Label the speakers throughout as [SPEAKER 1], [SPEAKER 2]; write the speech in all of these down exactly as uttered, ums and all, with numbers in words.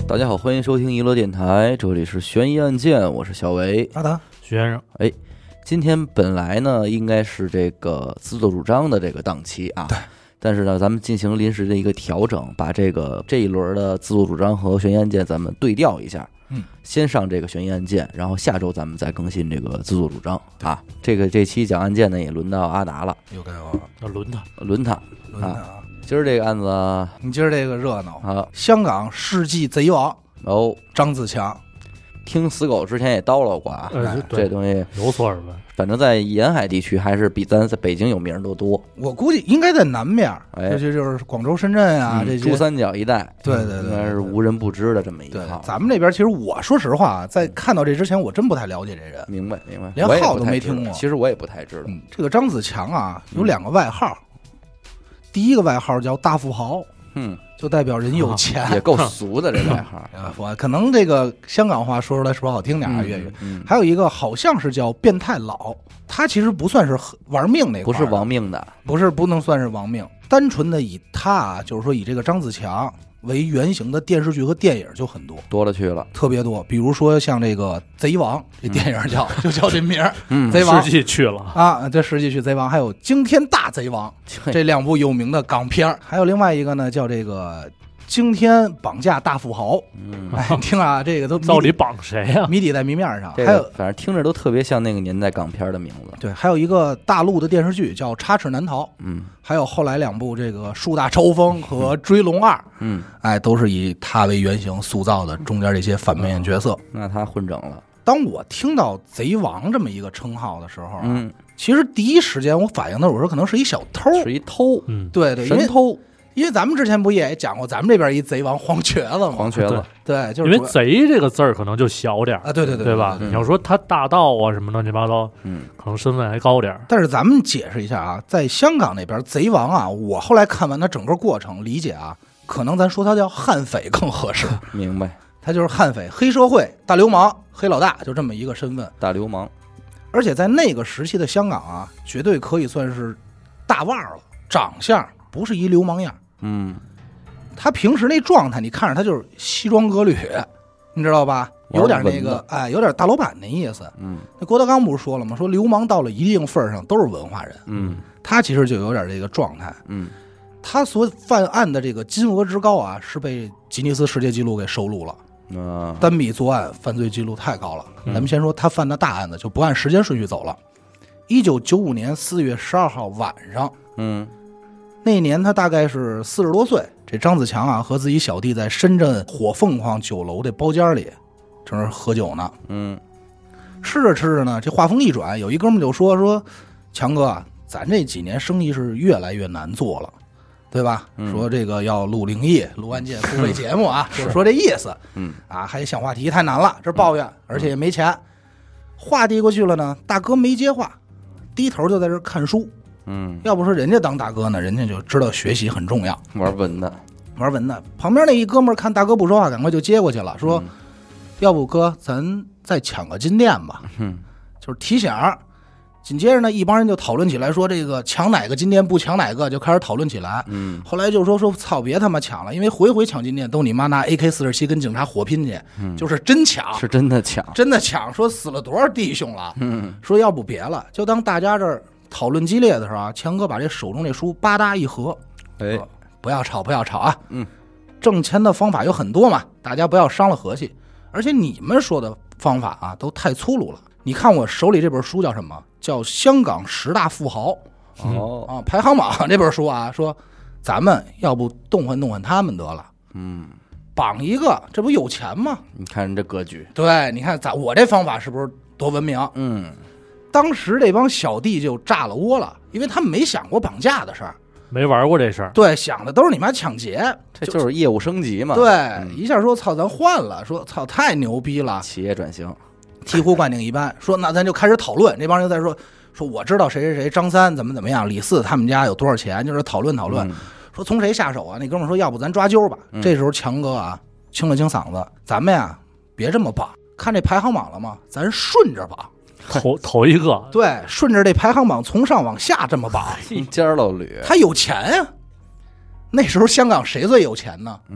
[SPEAKER 1] 大家好，欢迎收听娱乐电台，这里是悬疑案件，我是小维。
[SPEAKER 2] 阿达
[SPEAKER 3] 徐先生，
[SPEAKER 1] 哎，今天本来呢应该是这个自作主张的这个档期啊，
[SPEAKER 2] 对，
[SPEAKER 1] 但是呢咱们进行临时的一个调整，把这个这一轮的自作主张和悬疑案件咱们对调一下。
[SPEAKER 2] 嗯，
[SPEAKER 1] 先上这个悬疑案件，然后下周咱们再更新这个自作主张啊。这个这期讲案件呢，也轮到阿达了，
[SPEAKER 2] 又该我
[SPEAKER 3] 要轮他，
[SPEAKER 1] 轮他，
[SPEAKER 2] 轮他啊！
[SPEAKER 1] 今儿这个案子，
[SPEAKER 2] 你今儿这个热闹
[SPEAKER 1] 啊，
[SPEAKER 2] 香港世纪贼王
[SPEAKER 1] 哦，
[SPEAKER 2] 张子强，
[SPEAKER 1] 听死狗之前也叨唠过啊，
[SPEAKER 3] 呃，
[SPEAKER 1] 这
[SPEAKER 3] 对，
[SPEAKER 1] 东西
[SPEAKER 3] 有所耳闻。
[SPEAKER 1] 反正在沿海地区还是比咱在北京有名都多。
[SPEAKER 2] 我估计应该在南面，
[SPEAKER 1] 哎
[SPEAKER 2] 这就就是广州、深圳啊，
[SPEAKER 1] 嗯
[SPEAKER 2] 这些
[SPEAKER 1] 珠三角一带，
[SPEAKER 2] 对对对对
[SPEAKER 1] 应该是无人不知的这么一
[SPEAKER 2] 对
[SPEAKER 1] 套。
[SPEAKER 2] 咱们这边，其实我说实话，在看到这之前，我真不太了解这人，
[SPEAKER 1] 明白明白，
[SPEAKER 2] 连
[SPEAKER 1] 我也
[SPEAKER 2] 号都
[SPEAKER 1] 不太知道
[SPEAKER 2] 没听过
[SPEAKER 1] 其实我也不太知道。
[SPEAKER 2] 嗯，这个张子强啊，有两个外号，第一个外号叫大富豪，
[SPEAKER 1] 嗯，
[SPEAKER 2] 就代表人有钱。
[SPEAKER 1] 也够俗的这外号。
[SPEAKER 2] 啊，我可能这个香港话说出来是不是好听点啊？粤语。
[SPEAKER 1] 嗯，
[SPEAKER 2] 还有一个好像是叫变态佬，他其实不算是玩命那块，
[SPEAKER 1] 不是亡命的，
[SPEAKER 2] 不是不能算是亡命，单纯的以他啊，就是说以这个张子强为原型的电视剧和电影就很多，
[SPEAKER 1] 多了去了。
[SPEAKER 2] 特别多。比如说像这个《贼王》，这电影叫、嗯、就叫这名儿，
[SPEAKER 1] 嗯，
[SPEAKER 2] 贼王
[SPEAKER 3] 世纪去了
[SPEAKER 2] 啊，这世纪去贼王，还有《惊天大贼王》这两部有名的港片，还有另外一个呢叫这个。惊天绑架大富豪，
[SPEAKER 1] 嗯，
[SPEAKER 2] 哎，你听啊，这个都
[SPEAKER 3] 到底绑谁呀、啊？
[SPEAKER 2] 谜底在谜面上。
[SPEAKER 1] 这个、
[SPEAKER 2] 还有，
[SPEAKER 1] 反正听着都特别像那个年代港片的名字。
[SPEAKER 2] 对，还有一个大陆的电视剧叫《插翅难逃》，
[SPEAKER 1] 嗯，
[SPEAKER 2] 还有后来两部这个《树大招风》和《追龙二》，
[SPEAKER 1] 嗯，
[SPEAKER 2] 哎，都是以他为原型塑造的中间这些反面角色。
[SPEAKER 1] 那他混整了。
[SPEAKER 2] 当我听到“贼王”这么一个称号的时候啊，
[SPEAKER 1] 嗯，
[SPEAKER 2] 其实第一时间我反应的我说可能是一小偷，
[SPEAKER 1] 是一偷，
[SPEAKER 3] 嗯，
[SPEAKER 2] 对对，
[SPEAKER 1] 神偷。
[SPEAKER 2] 因为咱们之前不也讲过，咱们这边一贼王黄瘸子吗？
[SPEAKER 1] 黄瘸子，
[SPEAKER 2] 对，就是
[SPEAKER 3] 因为贼这个字儿可能就小点
[SPEAKER 2] 啊，对对对，
[SPEAKER 3] 对吧？你要说他大盗啊什么乱七八糟，
[SPEAKER 1] 嗯，
[SPEAKER 3] 可能身份还高点。
[SPEAKER 2] 但是咱们解释一下啊，在香港那边贼王啊，我后来看完他整个过程理解啊，可能咱说他叫悍匪更合适。
[SPEAKER 1] 明白，
[SPEAKER 2] 他就是悍匪、黑社会、大流氓、黑老大，就这么一个身份。
[SPEAKER 1] 大流氓，
[SPEAKER 2] 而且在那个时期的香港啊，绝对可以算是大腕了，长相不是一流氓样，
[SPEAKER 1] 嗯。
[SPEAKER 2] 他平时那状态，你看着他就是西装革履，你知道吧？有点那个，哎，有点大老板的意思。
[SPEAKER 1] 嗯，
[SPEAKER 2] 那郭德纲不是说了吗？说流氓到了一定份上都是文化人。
[SPEAKER 1] 嗯，
[SPEAKER 2] 他其实就有点这个状态。
[SPEAKER 1] 嗯，
[SPEAKER 2] 他所犯案的这个金额之高啊，是被吉尼斯世界纪录给收录了。
[SPEAKER 1] 啊，
[SPEAKER 2] 单笔作案犯罪记录太高了。咱们先说他犯的大案子，就不按时间顺序走了。一九九五年四月十二号晚上，
[SPEAKER 1] 嗯，
[SPEAKER 2] 那年他大概是四十多岁。这张子强啊，和自己小弟在深圳火凤凰酒楼的包间里，正是喝酒呢。
[SPEAKER 1] 嗯，
[SPEAKER 2] 吃着吃着呢，这话锋一转，有一哥们就说说，强哥，咱这几年生意是越来越难做了，对吧？嗯、说这个要录灵异、录案件付费节目啊，就是说这意思。
[SPEAKER 1] 嗯，
[SPEAKER 2] 啊，还想话题太难了，这抱怨，而且也没钱。话递过去了呢，大哥没接话，低头就在这看书。
[SPEAKER 1] 嗯，
[SPEAKER 2] 要不说人家当大哥呢，人家就知道学习很重要，
[SPEAKER 1] 玩文的，
[SPEAKER 2] 玩文的。旁边那一哥们儿看大哥不说话，赶快就接过去了，说：“嗯、要不哥，咱再抢个金店吧。”
[SPEAKER 1] 嗯，
[SPEAKER 2] 就是提醒。紧接着呢，一帮人就讨论起来，说这个抢哪个金店不抢哪个，就开始讨论起来。
[SPEAKER 1] 嗯，
[SPEAKER 2] 后来就说说操，别他妈抢了，因为回回抢金店都你妈拿 A K 四十七跟警察火拼去，嗯、就是真抢，
[SPEAKER 1] 是真的抢，
[SPEAKER 2] 真的抢。说死了多少弟兄了？
[SPEAKER 1] 嗯，
[SPEAKER 2] 说要不别了，就当大家这儿。讨论激烈的时候啊，强哥把这手中这书吧嗒一合，
[SPEAKER 1] 哎，
[SPEAKER 2] 不要吵，不要吵啊！
[SPEAKER 1] 嗯，
[SPEAKER 2] 挣钱的方法有很多嘛，大家不要伤了和气。而且你们说的方法啊，都太粗鲁了。你看我手里这本书叫什么？叫《香港十大富豪》
[SPEAKER 1] 哦
[SPEAKER 2] 啊，排行榜这本书啊，说咱们要不动换动换他们得了。
[SPEAKER 1] 嗯，
[SPEAKER 2] 绑一个，这不有钱吗？
[SPEAKER 1] 你看人这格局，
[SPEAKER 2] 对，你看咱我这方法是不是多文明？
[SPEAKER 1] 嗯。
[SPEAKER 2] 当时这帮小弟就炸了窝了，因为他们没想过绑架的事儿，
[SPEAKER 3] 没玩过这事儿。
[SPEAKER 2] 对，想的都是你妈抢劫，
[SPEAKER 1] 这就是业务升级嘛。
[SPEAKER 2] 对，
[SPEAKER 1] 嗯、
[SPEAKER 2] 一下说操，咱换了，说操，太牛逼了，
[SPEAKER 1] 企业转型，
[SPEAKER 2] 醍醐灌顶一般。说那咱就开始讨论，这帮人在说说我知道谁谁谁，张三怎么怎么样，李四他们家有多少钱，就是讨论讨论。嗯、说从谁下手啊？那哥们说要不咱抓阄吧。嗯、这时候强哥啊清了清嗓子，咱们呀别这么绑，看这排行榜了吗？咱顺着绑。
[SPEAKER 3] 头头一个，
[SPEAKER 2] 对，顺着这排行榜从上往下这么绑，
[SPEAKER 1] 一尖儿都捋。
[SPEAKER 2] 他有钱呀、啊。那时候香港谁最有钱呢？
[SPEAKER 1] 嗯，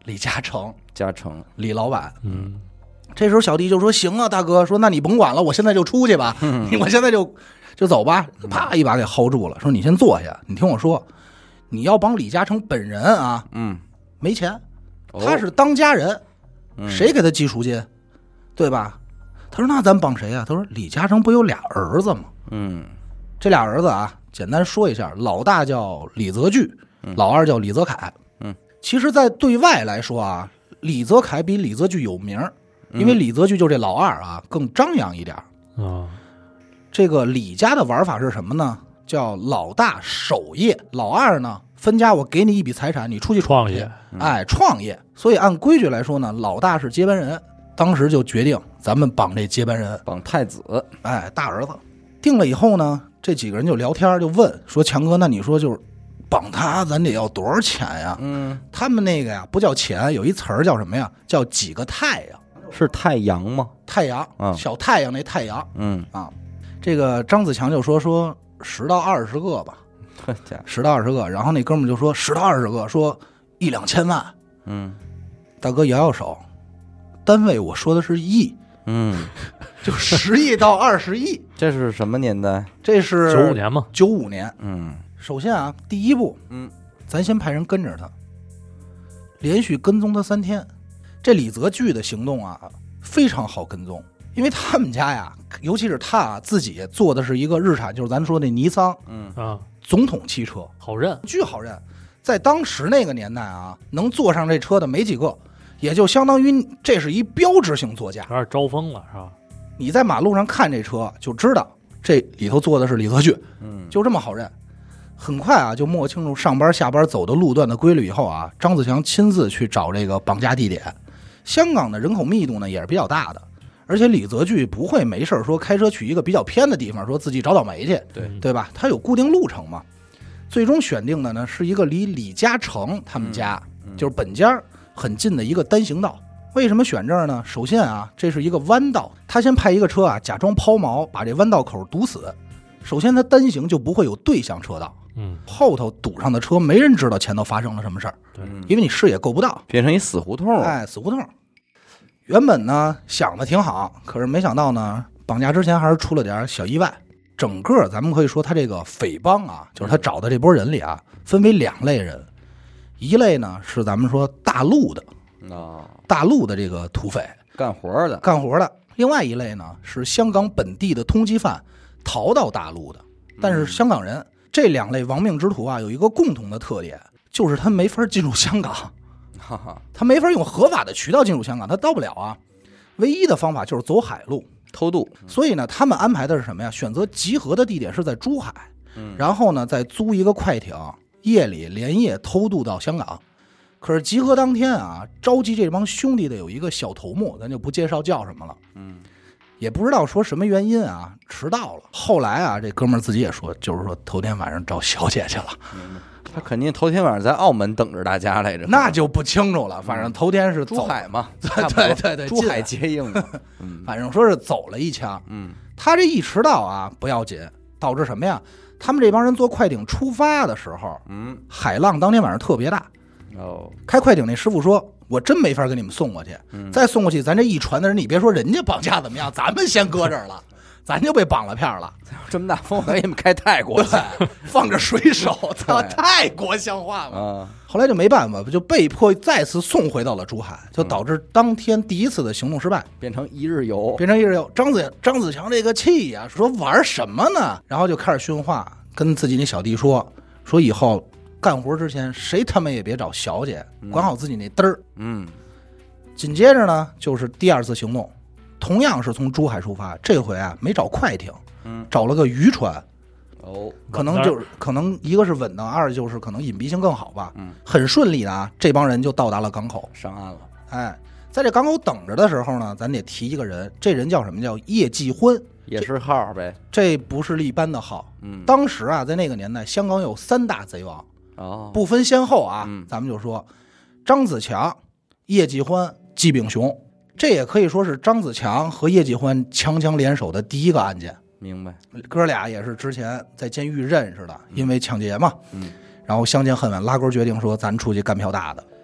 [SPEAKER 2] 李嘉诚，
[SPEAKER 1] 嘉诚，
[SPEAKER 2] 李老板。
[SPEAKER 3] 嗯，
[SPEAKER 2] 这时候小弟就说：“行啊，大哥，说那你甭管了，我现在就出去吧，我现在就就走吧。”啪一把给薅住了，说：“你先坐下，你听我说，你要帮李嘉诚本人啊，
[SPEAKER 1] 嗯，
[SPEAKER 2] 没钱，他是当家人，
[SPEAKER 1] 嗯、
[SPEAKER 2] 谁给他寄赎金，对吧？”他说：“那咱帮谁啊？”他说：“李嘉诚不有俩儿子吗？
[SPEAKER 1] 嗯，
[SPEAKER 2] 这俩儿子啊，简单说一下，老大叫李泽钜，老二叫李泽楷。
[SPEAKER 1] 嗯，
[SPEAKER 2] 其实，在对外来说啊，李泽楷比李泽钜有名，因为李泽钜就这老二啊，更张扬一点。
[SPEAKER 3] 啊，
[SPEAKER 2] 这个李家的玩法是什么呢？叫老大守业，老二呢分家，我给你一笔财产，你出去
[SPEAKER 3] 创业，
[SPEAKER 2] 哎，创业。所以按规矩来说呢，老大是接班人。当时就决定咱们绑这接班人，
[SPEAKER 1] 绑太子，
[SPEAKER 2] 哎，大儿子。定了以后呢，这几个人就聊天，就问说：“强哥，那你说就是绑他，咱得要多少钱呀？”
[SPEAKER 1] 嗯，
[SPEAKER 2] 他们那个呀不叫钱，有一词儿叫什么呀？叫几个太阳。
[SPEAKER 1] 是太阳吗？
[SPEAKER 2] 太阳，
[SPEAKER 1] 嗯、
[SPEAKER 2] 小太阳那太阳。
[SPEAKER 1] 嗯
[SPEAKER 2] 啊，这个张子强就说说十到二十个吧，十到二十个。然后那哥们就说十到二十个，说一两千万。
[SPEAKER 1] 嗯，
[SPEAKER 2] 大哥摇摇手。单位我说的是亿，
[SPEAKER 1] 嗯，
[SPEAKER 2] 就十亿到二十亿。
[SPEAKER 1] 这是什么年代？
[SPEAKER 2] 这是
[SPEAKER 3] 九五年嘛。
[SPEAKER 2] 九五年。
[SPEAKER 1] 嗯，
[SPEAKER 2] 首先啊，第一步，
[SPEAKER 1] 嗯，
[SPEAKER 2] 咱先派人跟着他，连续跟踪他三天。这李泽钜的行动啊，非常好跟踪，因为他们家呀，尤其是他啊自己做的是一个日产，就是咱说那尼桑，
[SPEAKER 1] 嗯
[SPEAKER 3] 啊，
[SPEAKER 2] 总统汽车，
[SPEAKER 3] 好认，
[SPEAKER 2] 巨好认。在当时那个年代啊，能坐上这车的没几个。也就相当于这是一标志性座驾，
[SPEAKER 3] 有点招风了，是吧？
[SPEAKER 2] 你在马路上看这车就知道这里头坐的是李泽钜，
[SPEAKER 1] 嗯，
[SPEAKER 2] 就这么好认。很快啊，就摸清楚上班下班走的路段的规律以后啊，张子强亲自去找这个绑架地点。香港的人口密度呢也是比较大的，而且李泽钜不会没事说开车去一个比较偏的地方，说自己找倒霉去，
[SPEAKER 1] 对
[SPEAKER 2] 对吧？他有固定路程嘛。最终选定的呢是一个离李嘉诚他们家，
[SPEAKER 1] 嗯嗯、
[SPEAKER 2] 就是本家很近的一个单行道。为什么选这儿呢？首先啊，这是一个弯道，他先派一个车啊假装抛锚，把这弯道口堵死。首先他单行就不会有对向车道，
[SPEAKER 3] 嗯，
[SPEAKER 2] 后头堵上的车没人知道前头发生了什么事儿，
[SPEAKER 3] 对，
[SPEAKER 2] 因为你视野够不到，
[SPEAKER 1] 变成一死胡同。
[SPEAKER 2] 哎，死胡同。原本呢想的挺好，可是没想到呢，绑架之前还是出了点小意外。整个咱们可以说他这个匪帮啊，就是他找的这波人里啊，分为两类人，一类呢是咱们说大陆的。
[SPEAKER 1] 啊，
[SPEAKER 2] 大陆的这个土匪
[SPEAKER 1] 干活的，
[SPEAKER 2] 干活的。另外一类呢是香港本地的通缉犯逃到大陆的，但是香港人。这两类亡命之徒啊，有一个共同的特点，就是他没法进入香港，
[SPEAKER 1] 哈哈，
[SPEAKER 2] 他没法用合法的渠道进入香港，他到不了啊。唯一的方法就是走海路
[SPEAKER 1] 偷渡。
[SPEAKER 2] 所以呢，他们安排的是什么呀？选择集合的地点是在珠海，
[SPEAKER 1] 嗯，
[SPEAKER 2] 然后呢再租一个快艇，夜里连夜偷渡到香港。可是集合当天啊，召集这帮兄弟的有一个小头目，咱就不介绍叫什么了。
[SPEAKER 1] 嗯，
[SPEAKER 2] 也不知道说什么原因啊，迟到了。后来啊，这哥们儿自己也说，就是说头天晚上找小姐去了。
[SPEAKER 1] 他肯定头天晚上在澳门等着大家来着，
[SPEAKER 2] 那就不清楚了。反正头天是
[SPEAKER 1] 珠海嘛，
[SPEAKER 2] 对对对对，
[SPEAKER 1] 珠海接应嘛。
[SPEAKER 2] 嗯，反正说是走了一枪。
[SPEAKER 1] 嗯，
[SPEAKER 2] 他这一迟到啊不要紧，导致什么呀？他们这帮人坐快艇出发的时候，
[SPEAKER 1] 嗯，
[SPEAKER 2] 海浪当天晚上特别大。
[SPEAKER 1] 哦，
[SPEAKER 2] 开快艇那师傅说：“我真没法给你们送过去，
[SPEAKER 1] 嗯、
[SPEAKER 2] 再送过去，咱这一船的人，你别说人家绑架怎么样，咱们先搁这儿了，咱就被绑了片了。
[SPEAKER 1] 这么大风，我给你们开泰国去，
[SPEAKER 2] 放着水手，操，泰国像话吗？
[SPEAKER 1] 啊！
[SPEAKER 2] 后来就没办法，就被迫再次送回到了珠海，就导致当天第一次的行动失败，
[SPEAKER 1] 变成一日游，
[SPEAKER 2] 变成一日游。张子张子强这个气呀、啊，说玩什么呢？然后就开始训话，跟自己那小弟说，说以后干活之前谁他妈也别找小姐，管好自己那嘚儿。
[SPEAKER 1] 嗯，
[SPEAKER 2] 紧接着呢，就是第二次行动，同样是从珠海出发，这回啊没找快艇，
[SPEAKER 1] 嗯，
[SPEAKER 2] 找了个渔船。
[SPEAKER 1] 哦，
[SPEAKER 2] 可能就是可能一个是稳当，二就是可能隐蔽性更好吧。
[SPEAKER 1] 嗯，
[SPEAKER 2] 很顺利的啊，这帮人就到达了港口，
[SPEAKER 1] 上岸了。
[SPEAKER 2] 哎，在这港口等着的时候呢，咱得提一个人，这人叫什么？叫叶继欢，
[SPEAKER 1] 也是号呗。
[SPEAKER 2] 这不是一般的号。
[SPEAKER 1] 嗯，
[SPEAKER 2] 当时啊，在那个年代，香港有三大贼王，
[SPEAKER 1] 哦，
[SPEAKER 2] 不分先后啊，
[SPEAKER 1] 嗯、
[SPEAKER 2] 咱们就说张子强、叶继欢、季炳雄，这也可以说是张子强和叶继欢强强联手的第一个案件。
[SPEAKER 1] 明白，
[SPEAKER 2] 哥俩也是之前在监狱认识的，因为抢劫嘛，
[SPEAKER 1] 嗯，
[SPEAKER 2] 然后相见恨晚，拉钩决定说咱出去干票大的。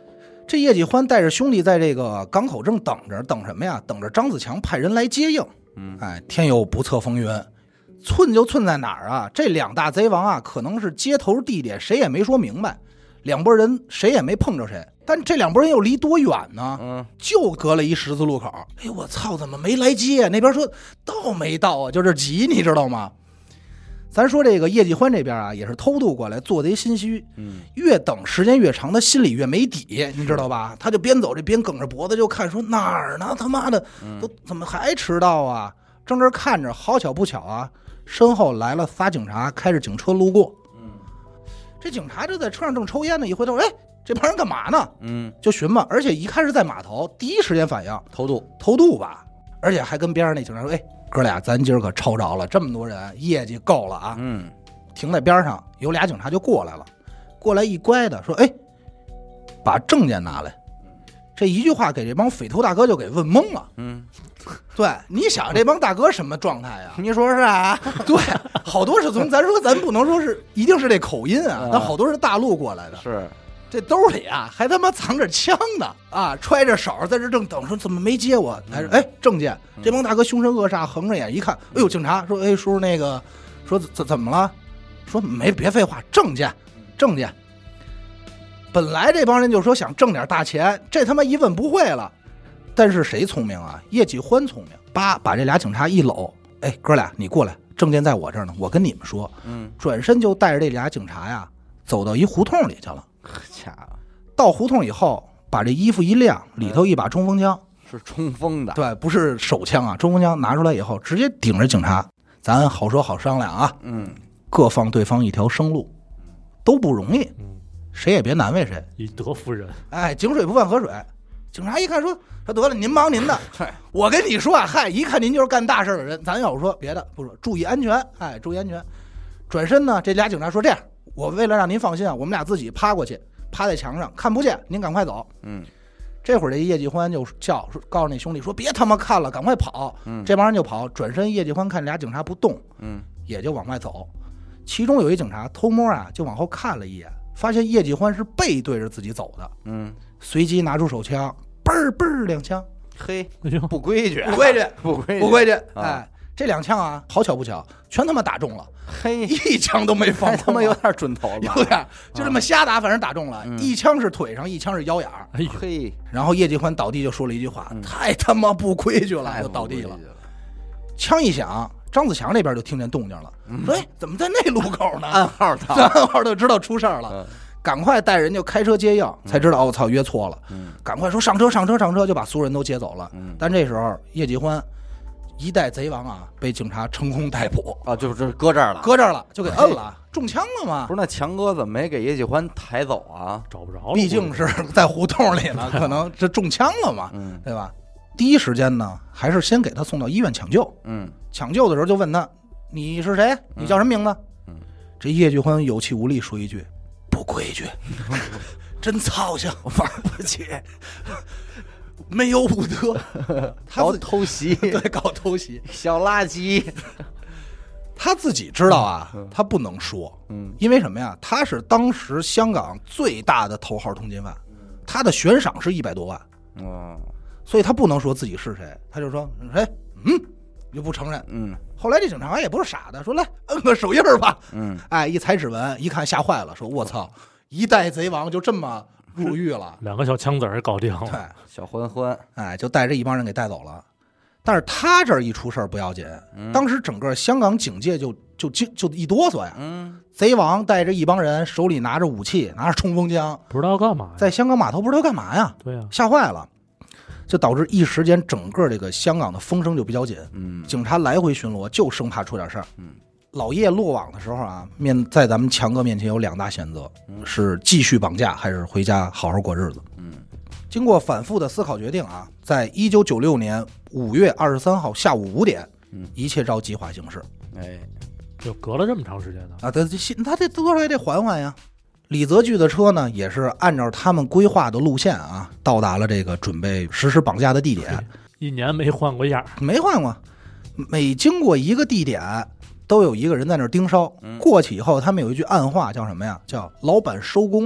[SPEAKER 2] 这叶继欢带着兄弟在这个港口正等着，等什么呀？等着张子强派人来接应。
[SPEAKER 1] 嗯，
[SPEAKER 2] 哎，天有不测风云，寸就寸在哪儿啊？这两大贼王啊，可能是接头地点，谁也没说明白，两拨人谁也没碰着谁，但这两拨人又离多远呢？
[SPEAKER 1] 嗯，
[SPEAKER 2] 就隔了一十字路口。哎，我操，怎么没来接？那边说到没到啊？就这急，你知道吗？咱说这个叶继欢这边啊，也是偷渡过来，做贼心虚。
[SPEAKER 1] 嗯，
[SPEAKER 2] 越等时间越长，他心里越没底，你知道吧？他就边走这边梗着脖子就看，说哪儿呢？他妈的，都怎么还迟到啊？正这看着，好巧不巧啊，身后来了仨警察，开着警车路过。
[SPEAKER 1] 嗯，
[SPEAKER 2] 这警察就在车上正抽烟呢，一回头，哎，这帮人干嘛呢？
[SPEAKER 1] 嗯，
[SPEAKER 2] 就询问，而且一看是在码头，第一时间反应
[SPEAKER 1] 偷渡，
[SPEAKER 2] 偷渡吧，而且还跟边上那警察说，哎。哥俩，咱今儿可抄着了，这么多人，业绩够了啊！
[SPEAKER 1] 嗯，
[SPEAKER 2] 停在边上，有俩警察就过来了，过来一乖的说：“哎，把证件拿来。”这一句话给这帮匪徒大哥就给问懵了。
[SPEAKER 1] 嗯，
[SPEAKER 2] 对，你想这帮大哥什么状态呀？
[SPEAKER 1] 你说是啊？
[SPEAKER 2] 对，好多是从咱说咱不能说是一定是这口音啊，但好多是大陆过来的。
[SPEAKER 1] 是。
[SPEAKER 2] 这兜里啊，还他妈藏着枪呢啊！揣着手在这正等，说怎么没接我？还是哎，证件！这帮大哥凶神恶煞，横着眼一看，哎呦，警察说：“哎，叔叔，那个，说怎怎么了？说没，别废话，证件，证件。”本来这帮人就说想挣点大钱，这他妈一问不会了。但是谁聪明啊？叶继欢聪明，叭把这俩警察一搂，哎，哥俩你过来，证件在我这儿呢，我跟你们说。嗯，转身就带着这俩警察呀，走到一胡同里去了。
[SPEAKER 1] 家伙，
[SPEAKER 2] 到胡同以后，把这衣服一亮，里头一把冲锋枪，
[SPEAKER 1] 是冲锋的，
[SPEAKER 2] 对，不是手枪啊，冲锋枪拿出来以后，直接顶着警察，咱好说好商量啊，嗯，各放对方一条生路，都不容易，嗯，谁也别难为谁，
[SPEAKER 3] 以德服人，
[SPEAKER 2] 哎，井水不犯河水。警察一看说说得了，您忙您的，我跟你说啊，嗨，一看您就是干大事的人，咱要说别的不说，注意安全，哎，注意安全。转身呢，这俩警察说这样。我为了让您放心啊，我们俩自己趴过去，趴在墙上看不见，您赶快走。嗯，这会儿这叶继欢就叫说，告诉那兄弟说别他妈看了，赶快跑。嗯，这帮人就跑，转身叶继欢看俩警察不动，嗯，也就往外走。其中有一警察偷摸啊，就往后看了一眼，发现叶继欢是背对着自己走的。嗯，随即拿出手枪，嘣嘣两枪，
[SPEAKER 1] 嘿，不规矩，
[SPEAKER 2] 不规矩，
[SPEAKER 1] 不规矩，
[SPEAKER 2] 不规矩，哎。这两枪啊，好巧不巧，全他妈打中了，
[SPEAKER 1] 嘿，
[SPEAKER 2] 一枪都没放，
[SPEAKER 1] 他妈有点准头了，
[SPEAKER 2] 有点就这么瞎打，反正打中了，嗯、一枪是腿上，一枪是腰眼儿，
[SPEAKER 1] 哎嘿，
[SPEAKER 2] 然后叶继欢倒地就说了一句话：“嗯、太他妈不规矩了！”就倒地了。枪一响，张子强那边就听见动静了，嗯、说：“哎，怎么在那路口呢？”
[SPEAKER 1] 暗号到，
[SPEAKER 2] 暗号就知道出事儿了。嗯赶快带人就开车接应，才知道我、嗯哦、操约错了。嗯，赶快说上车上车上车，就把所有人都接走了。嗯，但这时候叶继欢一代贼王啊，被警察成功逮捕
[SPEAKER 1] 啊，就是搁这儿了，
[SPEAKER 2] 搁这儿了，就给摁了，中枪了吗？
[SPEAKER 1] 不是，那强哥怎么没给叶继欢抬走啊？
[SPEAKER 3] 找不着了，
[SPEAKER 2] 毕竟是在胡同里呢，可能这中枪了嘛，嗯，对吧？第一时间呢，还是先给他送到医院抢救。嗯，抢救的时候就问他：“你是谁？你叫什么名字？”嗯，这叶继欢有气无力说一句。不规矩，真操性，玩不起，没有武德，
[SPEAKER 1] 搞偷袭，
[SPEAKER 2] 对，搞偷袭，
[SPEAKER 1] 小垃圾。
[SPEAKER 2] 他自己知道啊，嗯、他不能说，嗯，因为什么呀？他是当时香港最大的头号通缉犯，他的悬赏是一百多万，哦，所以他不能说自己是谁，他就说，哎，嗯，就不承认，嗯。后来这警察也不是傻的，说来摁个手印吧，嗯，哎，一踩指纹，一看吓坏了，说我操，一代贼王就这么入狱了，
[SPEAKER 3] 两个小枪子儿搞定了，
[SPEAKER 2] 对，
[SPEAKER 1] 小欢欢，
[SPEAKER 2] 哎，就带着一帮人给带走了。但是他这儿一出事儿不要紧，嗯、当时整个香港警界就就就就一哆嗦呀，嗯，贼王带着一帮人，手里拿着武器，拿着冲锋枪，
[SPEAKER 3] 不知道干嘛，
[SPEAKER 2] 在香港码头不知道干嘛呀，
[SPEAKER 3] 对呀、啊，
[SPEAKER 2] 吓坏了。就导致一时间整个这个香港的风声就比较紧，嗯，警察来回巡逻，就生怕出点事儿。嗯，老叶落网的时候啊，面在咱们强哥面前有两大选择，嗯、是继续绑架还是回家好好过日子。嗯，经过反复的思考决定啊，在一九九六年五月二十三号下午五点，嗯，一切照计划行事。
[SPEAKER 3] 哎，就隔了这么长时间呢
[SPEAKER 2] 啊，他这他这多少也得缓缓呀。李泽钜的车呢，也是按照他们规划的路线啊，到达了这个准备实施绑架的地点。
[SPEAKER 3] 一年没换过样，
[SPEAKER 2] 没换过。每经过一个地点，都有一个人在那儿盯梢。嗯、过去以后，他们有一句暗话，叫什么呀？叫“老板收工了”。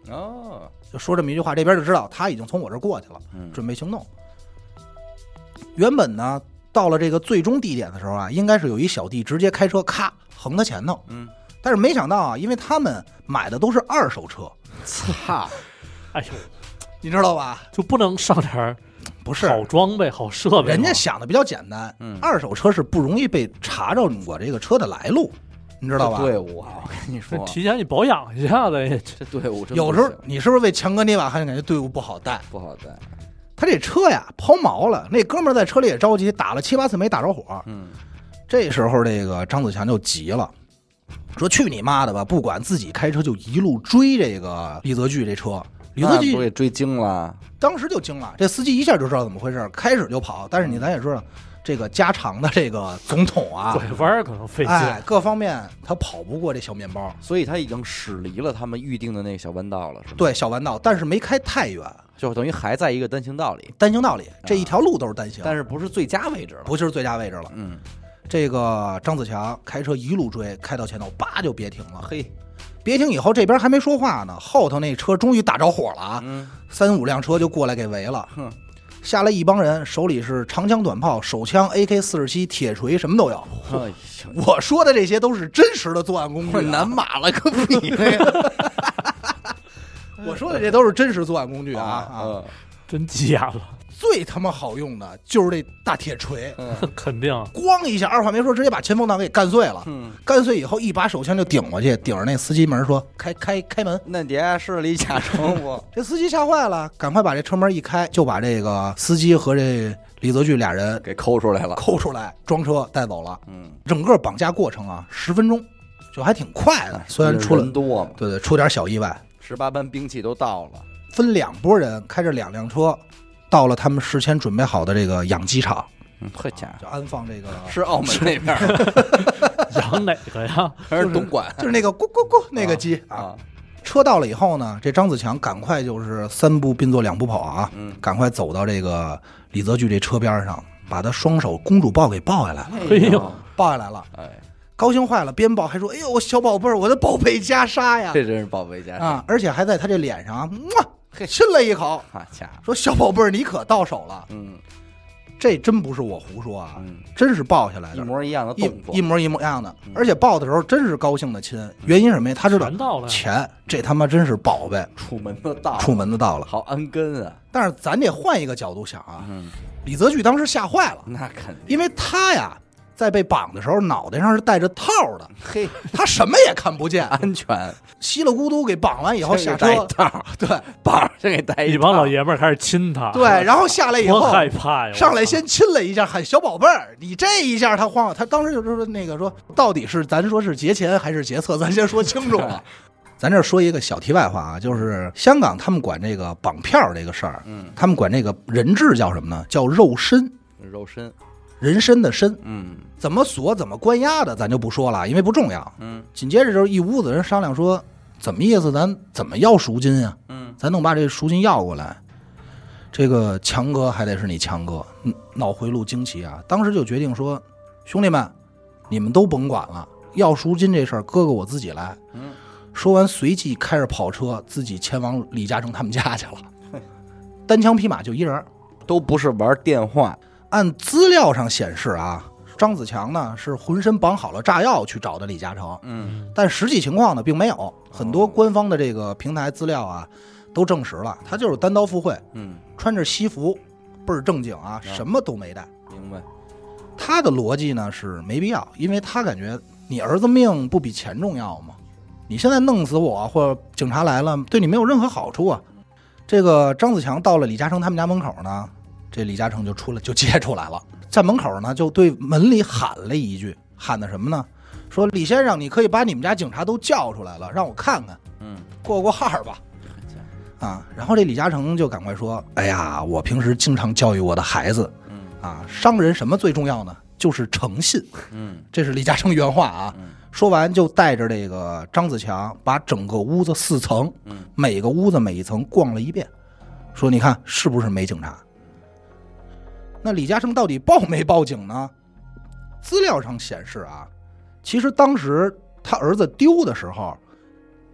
[SPEAKER 1] 哦，
[SPEAKER 2] 就说这么一句话，这边就知道他已经从我这儿过去了，
[SPEAKER 1] 嗯，
[SPEAKER 2] 准备行动。原本呢，到了这个最终地点的时候啊，应该是有一小弟直接开车咔横他前头，
[SPEAKER 1] 嗯，
[SPEAKER 2] 但是没想到啊，因为他们买的都是二手车，
[SPEAKER 1] 操，
[SPEAKER 3] 哎呦，
[SPEAKER 2] 你知道吧？
[SPEAKER 3] 就不能上点儿
[SPEAKER 2] 不是
[SPEAKER 3] 好装备、好设备吗？
[SPEAKER 2] 人家想的比较简单，
[SPEAKER 1] 嗯
[SPEAKER 2] 二手车是不容易被查着我这个车的来路，你知道吧？
[SPEAKER 1] 队伍啊，我跟你说，
[SPEAKER 3] 提前你保养一下子，
[SPEAKER 1] 这队伍真
[SPEAKER 2] 有时候你是不是为强哥捏把汗，感觉队伍不好带？
[SPEAKER 1] 不好带。
[SPEAKER 2] 他这车呀抛锚了，那哥们儿在车里也着急，打了七八次没打着火。
[SPEAKER 1] 嗯，
[SPEAKER 2] 这时候这个张子强就急了，说去你妈的吧！不管自己开车就一路追这个李泽钜这车。李泽钜
[SPEAKER 1] 不给追惊了，
[SPEAKER 2] 当时就惊了，这司机一下就知道怎么回事，开始就跑。但是你咱也知道，这个加长的这个总统啊，
[SPEAKER 3] 拐弯可能费劲，
[SPEAKER 2] 哎，各方面他跑不过这小面包，
[SPEAKER 1] 所以他已经驶离了他们预定的那个小弯道了，是吗？
[SPEAKER 2] 对，小弯道，但是没开太远，
[SPEAKER 1] 就等于还在一个单行道里，
[SPEAKER 2] 单行道里这一条路都是单行，
[SPEAKER 1] 但是不是最佳位置了，
[SPEAKER 2] 不是最佳位置了。
[SPEAKER 1] 嗯，
[SPEAKER 2] 这个张子强开车一路追，开到前头，叭就别停了。
[SPEAKER 1] 嘿，
[SPEAKER 2] 别停以后，这边还没说话呢，后头那车终于打着火了啊！
[SPEAKER 1] 嗯，
[SPEAKER 2] 三五辆车就过来给围了。
[SPEAKER 1] 哼，
[SPEAKER 2] 下来一帮人，手里是长枪短炮、手枪、A K 四十七、铁锤，什么都有。
[SPEAKER 1] 哎呦，
[SPEAKER 2] 我说的这些都是真实的作案工具、啊，
[SPEAKER 1] 难码了个屁！
[SPEAKER 2] 我说的这都是真实作案工具啊啊！
[SPEAKER 1] 嗯
[SPEAKER 3] 真急眼了，
[SPEAKER 2] 最他妈好用的就是这大铁锤，
[SPEAKER 1] 嗯
[SPEAKER 3] 肯定
[SPEAKER 2] 咣一下，二话没说，直接把前风挡给干碎了。
[SPEAKER 1] 嗯，
[SPEAKER 2] 干碎以后，一把手枪就顶过去，顶着那司机门说：“开开开门。”
[SPEAKER 1] 那底下是李嘉诚不？
[SPEAKER 2] 这司机吓坏了，赶快把这车门一开，就把这个司机和这李泽钜俩人
[SPEAKER 1] 给抠出来了，
[SPEAKER 2] 抠出来，装车带走了。
[SPEAKER 1] 嗯，
[SPEAKER 2] 整个绑架过程啊，十分钟，就还挺快的。虽然出了
[SPEAKER 1] 人多嘛，
[SPEAKER 2] 对对，出点小意外。
[SPEAKER 1] 十八般兵器都到了，
[SPEAKER 2] 分两拨人开着两辆车，到了他们事先准备好的这个养鸡场，
[SPEAKER 1] 嗯，这家伙
[SPEAKER 2] 就安放这个
[SPEAKER 1] 是澳门那边儿
[SPEAKER 3] 养哪个呀？
[SPEAKER 1] 还是东莞
[SPEAKER 2] 就是那个咕咕咕那个鸡啊。
[SPEAKER 1] 啊？
[SPEAKER 2] 车到了以后呢，这张子强赶快就是三步并作两步跑啊，
[SPEAKER 1] 嗯，
[SPEAKER 2] 赶快走到这个李泽钜这车边上，把他双手公主抱给抱下来了，
[SPEAKER 3] 哎呦，
[SPEAKER 2] 抱下来了，
[SPEAKER 1] 哎，
[SPEAKER 2] 高兴坏了，边抱还说：“哎呦，我小宝贝儿，我的宝贝袈裟呀
[SPEAKER 1] 这真是宝贝家！”
[SPEAKER 2] 啊，而且还在他这脸上啊，嘿，亲了一口，
[SPEAKER 1] 好家伙，
[SPEAKER 2] 说：“小宝贝儿，你可到手了。
[SPEAKER 1] 嗯”
[SPEAKER 2] 这真不是我胡说啊，
[SPEAKER 1] 嗯，
[SPEAKER 2] 真是抱下来
[SPEAKER 1] 一
[SPEAKER 2] 的，
[SPEAKER 1] 模一样的
[SPEAKER 2] 一
[SPEAKER 1] 动作
[SPEAKER 2] 一，模一模一样的
[SPEAKER 1] 嗯，
[SPEAKER 2] 而且抱的时候真是高兴的亲。原因什么呀？他知道
[SPEAKER 3] 全到了，
[SPEAKER 2] 钱，这他妈真是宝贝，
[SPEAKER 1] 出门都到了，
[SPEAKER 2] 出门的到了。
[SPEAKER 1] 好安根啊，
[SPEAKER 2] 但是咱得换一个角度想啊，
[SPEAKER 1] 嗯，
[SPEAKER 2] 李泽钜当时吓坏了，
[SPEAKER 1] 那肯定，
[SPEAKER 2] 因为他呀在被绑的时候脑袋上是戴着套的，
[SPEAKER 1] 嘿，
[SPEAKER 2] 他什么也看不见，
[SPEAKER 1] 安全，
[SPEAKER 2] 稀里咕嘟给绑完以后下车
[SPEAKER 1] 先给带一，套，
[SPEAKER 2] 对
[SPEAKER 1] 绑上给带
[SPEAKER 3] 一
[SPEAKER 1] 套
[SPEAKER 3] 帮老爷们儿开始亲他，
[SPEAKER 2] 对，然后下来以
[SPEAKER 3] 多
[SPEAKER 2] 后
[SPEAKER 3] 害怕呀！
[SPEAKER 2] 上来先亲了一下，喊小宝贝儿，你这一下他慌了，他当时就说那个说到底是咱说是劫钱还是劫色，咱先说清楚了。咱这说一个小题外话啊，就是香港他们管这个绑票这个事儿，
[SPEAKER 1] 嗯，
[SPEAKER 2] 他们管这个人质叫什么呢？叫肉身，
[SPEAKER 1] 肉身，
[SPEAKER 2] 人参的参。
[SPEAKER 1] 嗯
[SPEAKER 2] 怎么锁怎么关押的，咱就不说了，因为不重要。
[SPEAKER 1] 嗯
[SPEAKER 2] 紧接着就是一屋子人商量说，怎么意思？咱怎么要赎金啊？
[SPEAKER 1] 嗯，
[SPEAKER 2] 咱能把这赎金要过来？这个强哥还得是你强哥，嗯脑回路惊奇啊！当时就决定说，兄弟们，你们都甭管了，要赎金这事儿，哥哥我自己来。
[SPEAKER 1] 嗯，
[SPEAKER 2] 说完，随即开着跑车自己前往李嘉诚他们家去了，单枪匹马就一人。
[SPEAKER 1] 都不是玩电话，
[SPEAKER 2] 按资料上显示啊，张子强呢是浑身绑好了炸药去找的李嘉诚，
[SPEAKER 1] 嗯
[SPEAKER 2] 但实际情况呢并没有。很多官方的这个平台资料啊都证实了，他就是单刀赴会，
[SPEAKER 1] 嗯，
[SPEAKER 2] 穿着西服，倍儿正经啊，什么都没带。
[SPEAKER 1] 明白，
[SPEAKER 2] 他的逻辑呢是没必要，因为他感觉你儿子命不比钱重要吗？你现在弄死我，或者警察来了，对你没有任何好处啊。这个张子强到了李嘉诚他们家门口呢，这李嘉诚就出来就接出来了，在门口呢就对门里喊了一句，喊的什么呢？说李先生，你可以把你们家警察都叫出来了，让我看看，
[SPEAKER 1] 嗯，
[SPEAKER 2] 过过号吧。啊，然后这李嘉诚就赶快说：“哎呀，我平时经常教育我的孩子，
[SPEAKER 1] 嗯
[SPEAKER 2] 啊，商人什么最重要呢？就是诚信。
[SPEAKER 1] 嗯，
[SPEAKER 2] 这是李嘉诚原话啊。
[SPEAKER 1] 嗯
[SPEAKER 2] 说完就带着这个张子强把整个屋子四层，
[SPEAKER 1] 嗯，
[SPEAKER 2] 每个屋子每一层逛了一遍，说你看是不是没警察？那李嘉诚到底报没报警呢？资料上显示啊，其实当时他儿子丢的时候，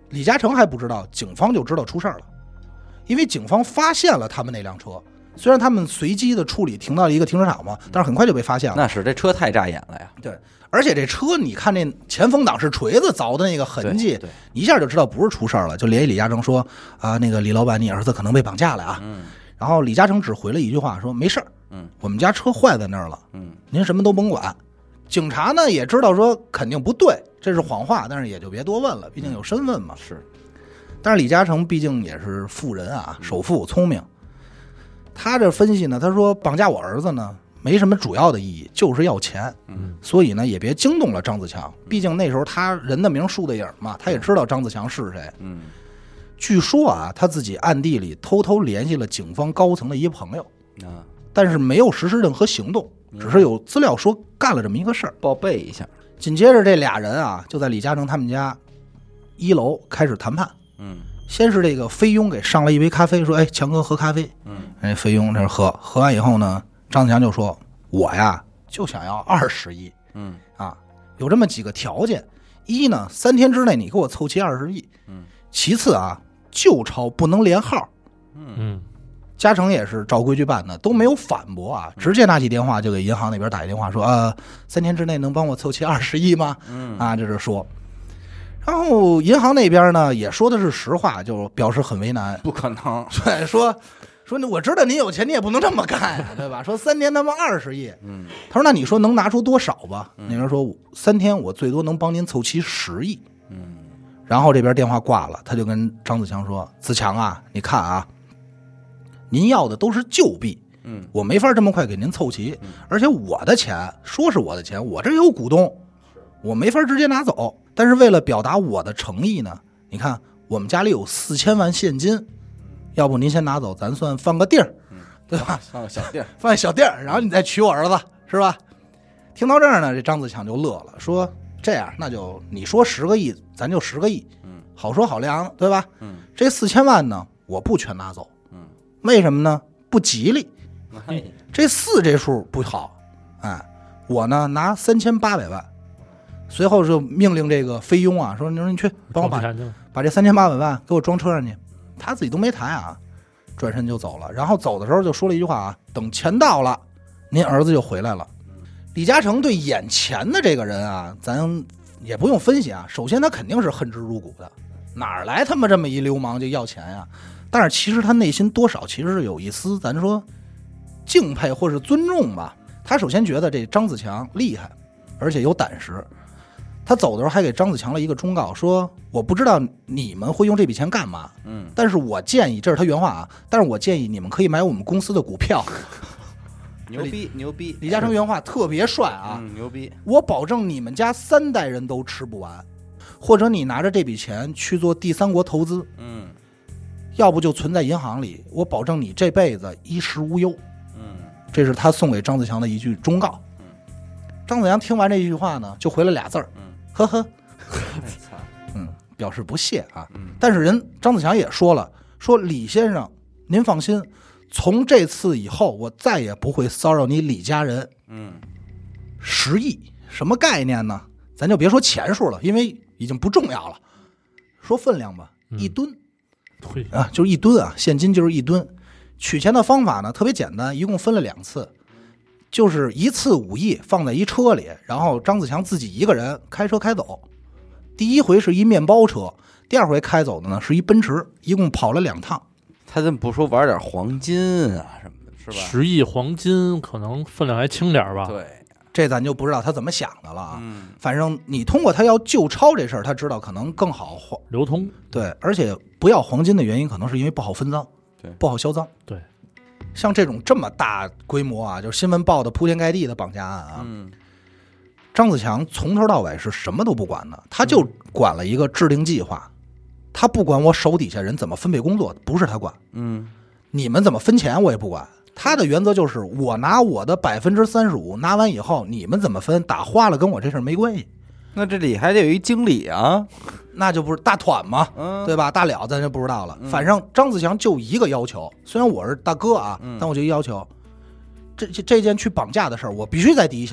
[SPEAKER 2] 李嘉诚还不知道，警方就知道出事儿了，因为警方发现了他们那辆车。虽然他们随机的处理停到了一个停车场嘛，但是很快就被发现了。
[SPEAKER 1] 那是这车太扎眼了呀！
[SPEAKER 2] 对，而且这车你看那前风挡是锤子凿的那个痕迹，
[SPEAKER 1] 对，
[SPEAKER 2] 一下就知道不是出事儿了。就联系李嘉诚说啊，那个李老板，你儿子可能被绑架了啊。
[SPEAKER 1] 嗯。
[SPEAKER 2] 然后李嘉诚只回了一句话，说没事儿，
[SPEAKER 1] 嗯，
[SPEAKER 2] 我们家车坏在那儿了，
[SPEAKER 1] 嗯，
[SPEAKER 2] 您什么都甭管。警察呢也知道说肯定不对，这是谎话，但是也就别多问了，毕竟有身份嘛。
[SPEAKER 1] 是。
[SPEAKER 2] 但是李嘉诚毕竟也是富人啊，首富，聪明。他这分析呢，他说绑架我儿子呢没什么主要的意义，就是要钱。
[SPEAKER 1] 嗯，
[SPEAKER 2] 所以呢也别惊动了张子强，毕竟那时候他人的名树的影嘛，他也知道张子强是谁。
[SPEAKER 1] 嗯，
[SPEAKER 2] 据说啊，他自己暗地里偷偷联系了警方高层的一个朋友
[SPEAKER 1] 啊，
[SPEAKER 2] 但是没有实施任何行动，只是有资料说干了这么一个事儿，
[SPEAKER 1] 报备一下。
[SPEAKER 2] 紧接着这俩人啊就在李嘉诚他们家一楼开始谈判。
[SPEAKER 1] 嗯。
[SPEAKER 2] 先是这个菲佣给上了一杯咖啡，说：“哎，强哥喝咖啡。”
[SPEAKER 1] 嗯，
[SPEAKER 2] 哎，菲佣这喝，喝完以后呢，张子强就说：“我呀，就想要二十亿。
[SPEAKER 1] 嗯，
[SPEAKER 2] 啊，有这么几个条件：一呢，三天之内你给我凑齐二十亿。
[SPEAKER 1] 嗯，
[SPEAKER 2] 其次啊，旧钞不能连号。
[SPEAKER 3] 嗯，
[SPEAKER 2] 嘉诚也是照规矩办的，都没有反驳啊，直接拿起电话就给银行那边打一电话说：啊，三天之内能帮我凑齐二十亿吗？
[SPEAKER 1] 嗯，
[SPEAKER 2] 啊，这是说。”然后银行那边呢也说的是实话，就表示很为难，
[SPEAKER 1] 不可能，
[SPEAKER 2] 对，说说我知道您有钱，你也不能这么干呀，对吧？说三天他妈二十亿，
[SPEAKER 1] 嗯，
[SPEAKER 2] 他说那你说能拿出多少吧？那人说三天我最多能帮您凑齐十亿，
[SPEAKER 1] 嗯，
[SPEAKER 2] 然后这边电话挂了，他就跟张子强说：“子强啊，你看啊，您要的都是旧币，
[SPEAKER 1] 嗯，
[SPEAKER 2] 我没法这么快给您凑齐，而且我的钱说是我的钱，我这有股东，我没法直接拿走。但是为了表达我的诚意呢，你看我们家里有四千万现金，要不您先拿走，咱算放个地儿，对吧？
[SPEAKER 1] 放个小地儿，
[SPEAKER 2] 放个小地儿，然后你再娶我儿子，是吧？”听到这儿呢，这张子强就乐了，说：“这样，那就你说十个亿，咱就十个亿，
[SPEAKER 1] 嗯，
[SPEAKER 2] 好说好量，对吧？
[SPEAKER 1] 嗯，
[SPEAKER 2] 这四千万呢，我不全拿走，
[SPEAKER 1] 嗯，
[SPEAKER 2] 为什么呢？不吉利，
[SPEAKER 1] 哎，
[SPEAKER 2] 这四这数不好，哎，我呢拿三千八百万。”随后就命令这个菲佣啊，说：“你说你去帮我把把这三千八百万给我装车上去。”他自己都没谈啊，转身就走了。然后走的时候就说了一句话啊：“等钱到了，您儿子就回来了。”李嘉诚对眼前的这个人啊，咱也不用分析啊。首先他肯定是恨之入骨的，哪来他妈这么一流氓就要钱呀？但是其实他内心多少其实是有一丝咱说敬佩或是尊重吧。他首先觉得这张子强厉害，而且有胆识。他走的时候还给张子强了一个忠告，说：“我不知道你们会用这笔钱干嘛，
[SPEAKER 1] 嗯，
[SPEAKER 2] 但是我建议，这是他原话啊，但是我建议你们可以买我们公司的股票。”
[SPEAKER 1] 牛逼牛逼！
[SPEAKER 2] 李嘉诚原话特别帅啊，
[SPEAKER 1] 嗯，牛逼！
[SPEAKER 2] 我保证你们家三代人都吃不完，或者你拿着这笔钱去做第三国投资，
[SPEAKER 1] 嗯，
[SPEAKER 2] 要不就存在银行里，我保证你这辈子衣食无忧。
[SPEAKER 1] 嗯，
[SPEAKER 2] 这是他送给张子强的一句忠告。
[SPEAKER 1] 嗯，
[SPEAKER 2] 张子强听完这句话呢，就回了俩字儿，
[SPEAKER 1] 嗯，
[SPEAKER 2] 呵呵，
[SPEAKER 1] 操，
[SPEAKER 2] 嗯，表示不屑啊。
[SPEAKER 1] 嗯，
[SPEAKER 2] 但是人张子强也说了，说李先生，您放心，从这次以后，我再也不会骚扰你李家人。
[SPEAKER 1] 嗯，
[SPEAKER 2] 十亿什么概念呢？咱就别说钱数了，因为已经不重要了。说分量吧，
[SPEAKER 3] 嗯、
[SPEAKER 2] 一吨，
[SPEAKER 3] 对
[SPEAKER 2] 啊，就是一吨啊，现金就是一吨。取钱的方法呢特别简单，一共分了两次，就是一次五亿放在一车里，然后张子强自己一个人开车开走。第一回是一面包车，第二回开走的呢是一奔驰，一共跑了两趟。
[SPEAKER 1] 他怎么不说玩点黄金啊什么的，是吧？
[SPEAKER 3] 十亿黄金可能分量还轻点吧？
[SPEAKER 1] 对，
[SPEAKER 2] 这咱就不知道他怎么想的了啊。
[SPEAKER 1] 嗯，
[SPEAKER 2] 反正你通过他要旧钞这事儿，他知道可能更好
[SPEAKER 3] 流通。
[SPEAKER 2] 对，而且不要黄金的原因，可能是因为不好分赃，
[SPEAKER 1] 对，
[SPEAKER 2] 不好销赃。
[SPEAKER 3] 对，
[SPEAKER 2] 像这种这么大规模啊，就是新闻报的铺天盖地的绑架案啊，
[SPEAKER 1] 嗯，
[SPEAKER 2] 张子强从头到尾是什么都不管的，他就管了一个制定计划。他不管我手底下人怎么分配工作，不是他管。
[SPEAKER 1] 嗯，
[SPEAKER 2] 你们怎么分钱我也不管。他的原则就是我拿我的百分之三十五，拿完以后你们怎么分，打花了跟我这事儿没关系。
[SPEAKER 1] 那这里还得有一经理啊，
[SPEAKER 2] 那就不是大团嘛，
[SPEAKER 1] 嗯，
[SPEAKER 2] 对吧？大了咱就不知道了。
[SPEAKER 1] 嗯、
[SPEAKER 2] 反正张子强就一个要求，虽然我是大哥啊，
[SPEAKER 1] 嗯、
[SPEAKER 2] 但我就一要求，这这这件去绑架的事儿，我必须在第一现场，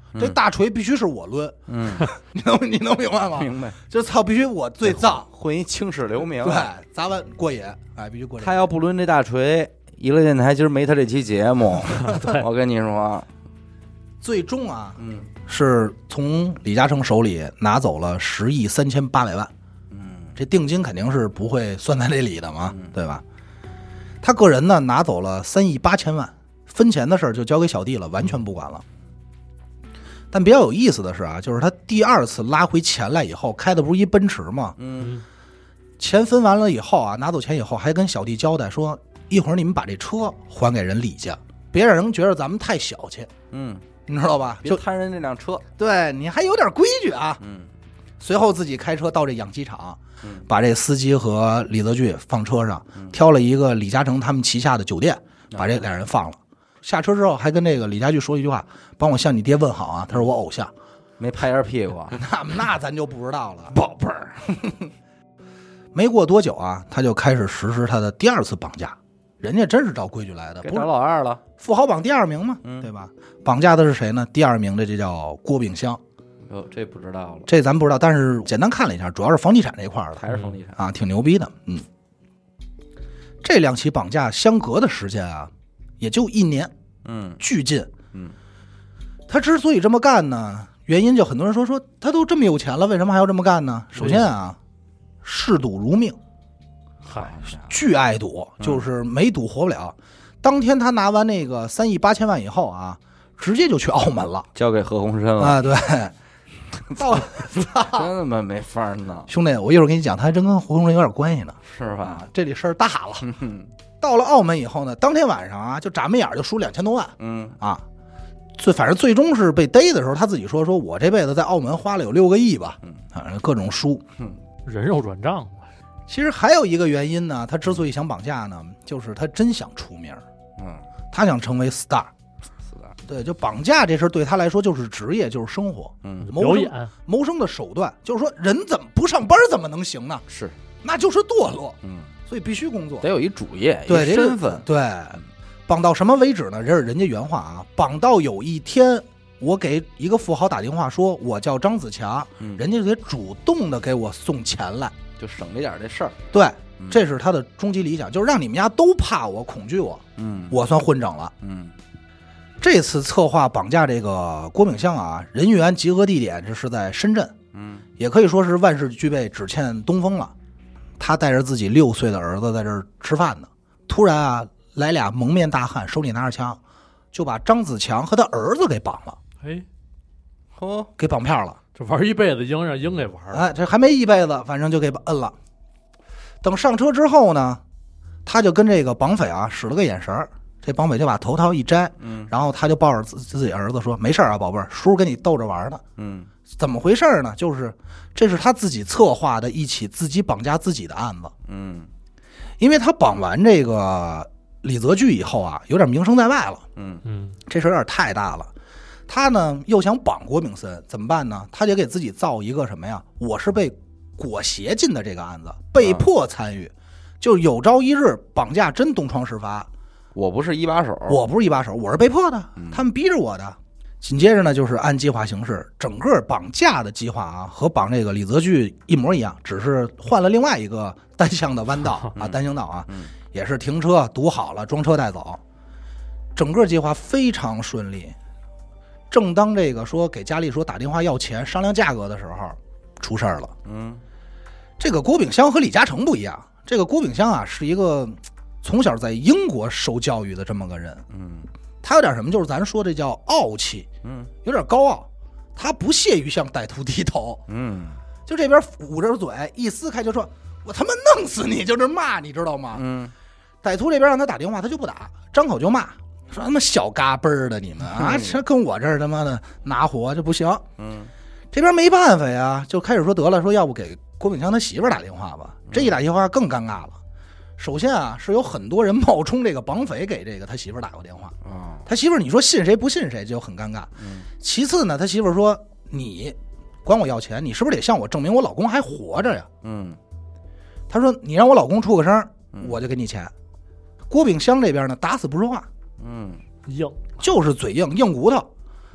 [SPEAKER 2] 这大锤必须是我抡，
[SPEAKER 1] 嗯，
[SPEAKER 2] 你能你能明白吗？
[SPEAKER 1] 明白，
[SPEAKER 2] 就操，必须我最脏，
[SPEAKER 1] 混一青史留名。
[SPEAKER 2] 对，砸完过瘾，哎，必须过瘾。
[SPEAKER 1] 他要不抡这大锤，娱乐电台今儿没他这期节目。我跟你说，
[SPEAKER 2] 最终啊，
[SPEAKER 1] 嗯，
[SPEAKER 2] 是从李嘉诚手里拿走了十亿三千八百万。
[SPEAKER 1] 嗯，
[SPEAKER 2] 这定金肯定是不会算在这里的嘛，嗯、对吧？他个人呢拿走了三亿八千万，分钱的事儿就交给小弟了，完全不管了。但比较有意思的是啊，就是他第二次拉回钱来以后，开的不是一奔驰吗？
[SPEAKER 1] 嗯，
[SPEAKER 2] 钱分完了以后啊，拿走钱以后，还跟小弟交代说，一会儿你们把这车还给人李家，别让人觉得咱们太小气。
[SPEAKER 1] 嗯，
[SPEAKER 2] 你知道吧？
[SPEAKER 1] 别贪人这辆车。
[SPEAKER 2] 对，你还有点规矩啊。
[SPEAKER 1] 嗯。
[SPEAKER 2] 随后自己开车到这养鸡场，
[SPEAKER 1] 嗯、
[SPEAKER 2] 把这司机和李泽钜放车上，嗯、挑了一个李嘉诚他们旗下的酒店，嗯、把这俩人放了。下车之后还跟这个李家驹说一句话：“帮我向你爹问好啊。”他说：“我偶像。”
[SPEAKER 1] 没拍人屁股，
[SPEAKER 2] 那那咱就不知道了，宝贝儿。没过多久啊，他就开始实施他的第二次绑架。人家真是照规矩来的，
[SPEAKER 1] 给找老二了，
[SPEAKER 2] 富豪榜第二名嘛，嗯、对吧？绑架的是谁呢？第二名的这叫郭炳湘。
[SPEAKER 1] 哟，这不知道了，
[SPEAKER 2] 这咱不知道，但是简单看了一下，主要是房地产这一块的，
[SPEAKER 1] 还是房地产
[SPEAKER 2] 啊，挺牛逼的。嗯，这两起绑架相隔的时间啊，也就一年，
[SPEAKER 1] 嗯，
[SPEAKER 2] 巨近。
[SPEAKER 1] 嗯，
[SPEAKER 2] 他之所以这么干呢，原因就很多人说说他都这么有钱了，为什么还要这么干呢？首先啊，嗜赌如命，
[SPEAKER 3] 嗨，
[SPEAKER 2] 巨爱赌，就是没赌活不了。嗯、当天他拿完那个三亿八千万以后啊，直接就去澳门了，
[SPEAKER 1] 交给何鸿燊了
[SPEAKER 2] 啊，对。到
[SPEAKER 1] 真他妈没法弄，
[SPEAKER 2] 兄弟，我一会儿跟你讲，他还真跟胡鸿燊有点关系呢，
[SPEAKER 1] 是吧？
[SPEAKER 2] 啊、这里事儿大了。到了澳门以后呢，当天晚上啊，就眨没眼就输两千多万，
[SPEAKER 1] 嗯
[SPEAKER 2] 啊，最反正最终是被逮的时候，他自己说，说我这辈子在澳门花了有六个亿吧，
[SPEAKER 1] 嗯
[SPEAKER 2] 啊，各种输，
[SPEAKER 3] 嗯，人肉转账。
[SPEAKER 2] 其实还有一个原因呢，他之所以想绑架呢，就是他真想出名，
[SPEAKER 1] 嗯，
[SPEAKER 2] 他想成为 star。对，就绑架这事对他来说就是职业，就是生活，
[SPEAKER 1] 嗯，
[SPEAKER 3] 表演
[SPEAKER 2] 谋生的手段。就是说，人怎么不上班怎么能行呢？
[SPEAKER 1] 是，
[SPEAKER 2] 那就是堕落。
[SPEAKER 1] 嗯，
[SPEAKER 2] 所以必须工作，
[SPEAKER 1] 得有一主业，
[SPEAKER 2] 对
[SPEAKER 1] 一身份。
[SPEAKER 2] 对，绑到什么为止呢？这是人家原话啊。绑到有一天，我给一个富豪打电话说，我叫张子强，
[SPEAKER 1] 嗯、
[SPEAKER 2] 人家就得主动的给我送钱来，
[SPEAKER 1] 就省着点这事儿。
[SPEAKER 2] 对，嗯、这是他的终极理想，就是让你们家都怕我、恐惧我。
[SPEAKER 1] 嗯，
[SPEAKER 2] 我算混整了。
[SPEAKER 1] 嗯。
[SPEAKER 2] 这次策划绑架这个郭炳湘啊，人员集合地点这是在深圳，
[SPEAKER 1] 嗯，
[SPEAKER 2] 也可以说是万事俱备，只欠东风了。他带着自己六岁的儿子在这儿吃饭呢，突然啊，来俩蒙面大汉，手里拿着枪，就把张子强和他儿子给绑了。
[SPEAKER 3] 哎，
[SPEAKER 1] 嚯，
[SPEAKER 2] 给绑票了。
[SPEAKER 3] 这玩一辈子鹰让鹰给玩了。
[SPEAKER 2] 哎，这还没一辈子，反正就给摁了。等上车之后呢，他就跟这个绑匪啊使了个眼神儿。这绑匪就把头套一摘，
[SPEAKER 1] 嗯，
[SPEAKER 2] 然后他就抱着自自己儿子说：“没事啊，宝贝儿，叔叔跟你逗着玩呢。”
[SPEAKER 1] 嗯，
[SPEAKER 2] 怎么回事呢？就是这是他自己策划的一起自己绑架自己的案子。
[SPEAKER 1] 嗯，
[SPEAKER 2] 因为他绑完这个李泽钜以后啊，有点名声在外了。
[SPEAKER 1] 嗯
[SPEAKER 3] 嗯，
[SPEAKER 2] 这事有点太大了。他呢又想绑郭炳森，怎么办呢？他就给自己造一个什么呀？我是被裹挟进的这个案子，被迫参与，嗯、就有朝一日绑架真东窗事发。
[SPEAKER 1] 我不是一把手，
[SPEAKER 2] 我不是一把手，我是被迫的，他们逼着我的。紧接着呢，就是按计划行事，整个绑架的计划啊，和绑这个李泽钜一模一样，只是换了另外一个单向的弯道啊，单行道啊，也是停车堵好了，装车带走。整个计划非常顺利。正当这个说给佳丽说打电话要钱商量价格的时候，出事儿了。
[SPEAKER 1] 嗯，
[SPEAKER 2] 这个郭炳湘和李嘉诚不一样，这个郭炳湘啊是一个从小在英国受教育的这么个人，
[SPEAKER 1] 嗯，
[SPEAKER 2] 他有点什么，就是咱说这叫傲气，
[SPEAKER 1] 嗯，
[SPEAKER 2] 有点高傲，他不屑于向歹徒低头，
[SPEAKER 1] 嗯，
[SPEAKER 2] 就这边捂着嘴一撕开就说：“我他妈弄死你！”就这骂，你知道吗？
[SPEAKER 1] 嗯，
[SPEAKER 2] 歹徒这边让他打电话，他就不打，张口就骂，说他妈小嘎嘣儿的你们啊，这跟我这儿他妈的拿活这不行。
[SPEAKER 1] 嗯，
[SPEAKER 2] 这边没办法呀，就开始说得了，说要不给郭炳湘他媳妇儿打电话吧。这一打电话更尴尬了。首先啊，是有很多人冒充这个绑匪给这个他媳妇儿打过电话。
[SPEAKER 1] 哦，
[SPEAKER 2] 他媳妇儿你说信谁不信谁就很尴尬。
[SPEAKER 1] 嗯。
[SPEAKER 2] 其次呢，他媳妇儿说：“你管我要钱，你是不是得向我证明我老公还活着呀？”
[SPEAKER 1] 嗯。
[SPEAKER 2] 他说：“你让我老公出个声，我就给你钱。”郭炳湘这边呢，打死不说话。
[SPEAKER 1] 嗯，
[SPEAKER 3] 硬，
[SPEAKER 2] 就是嘴硬硬骨头。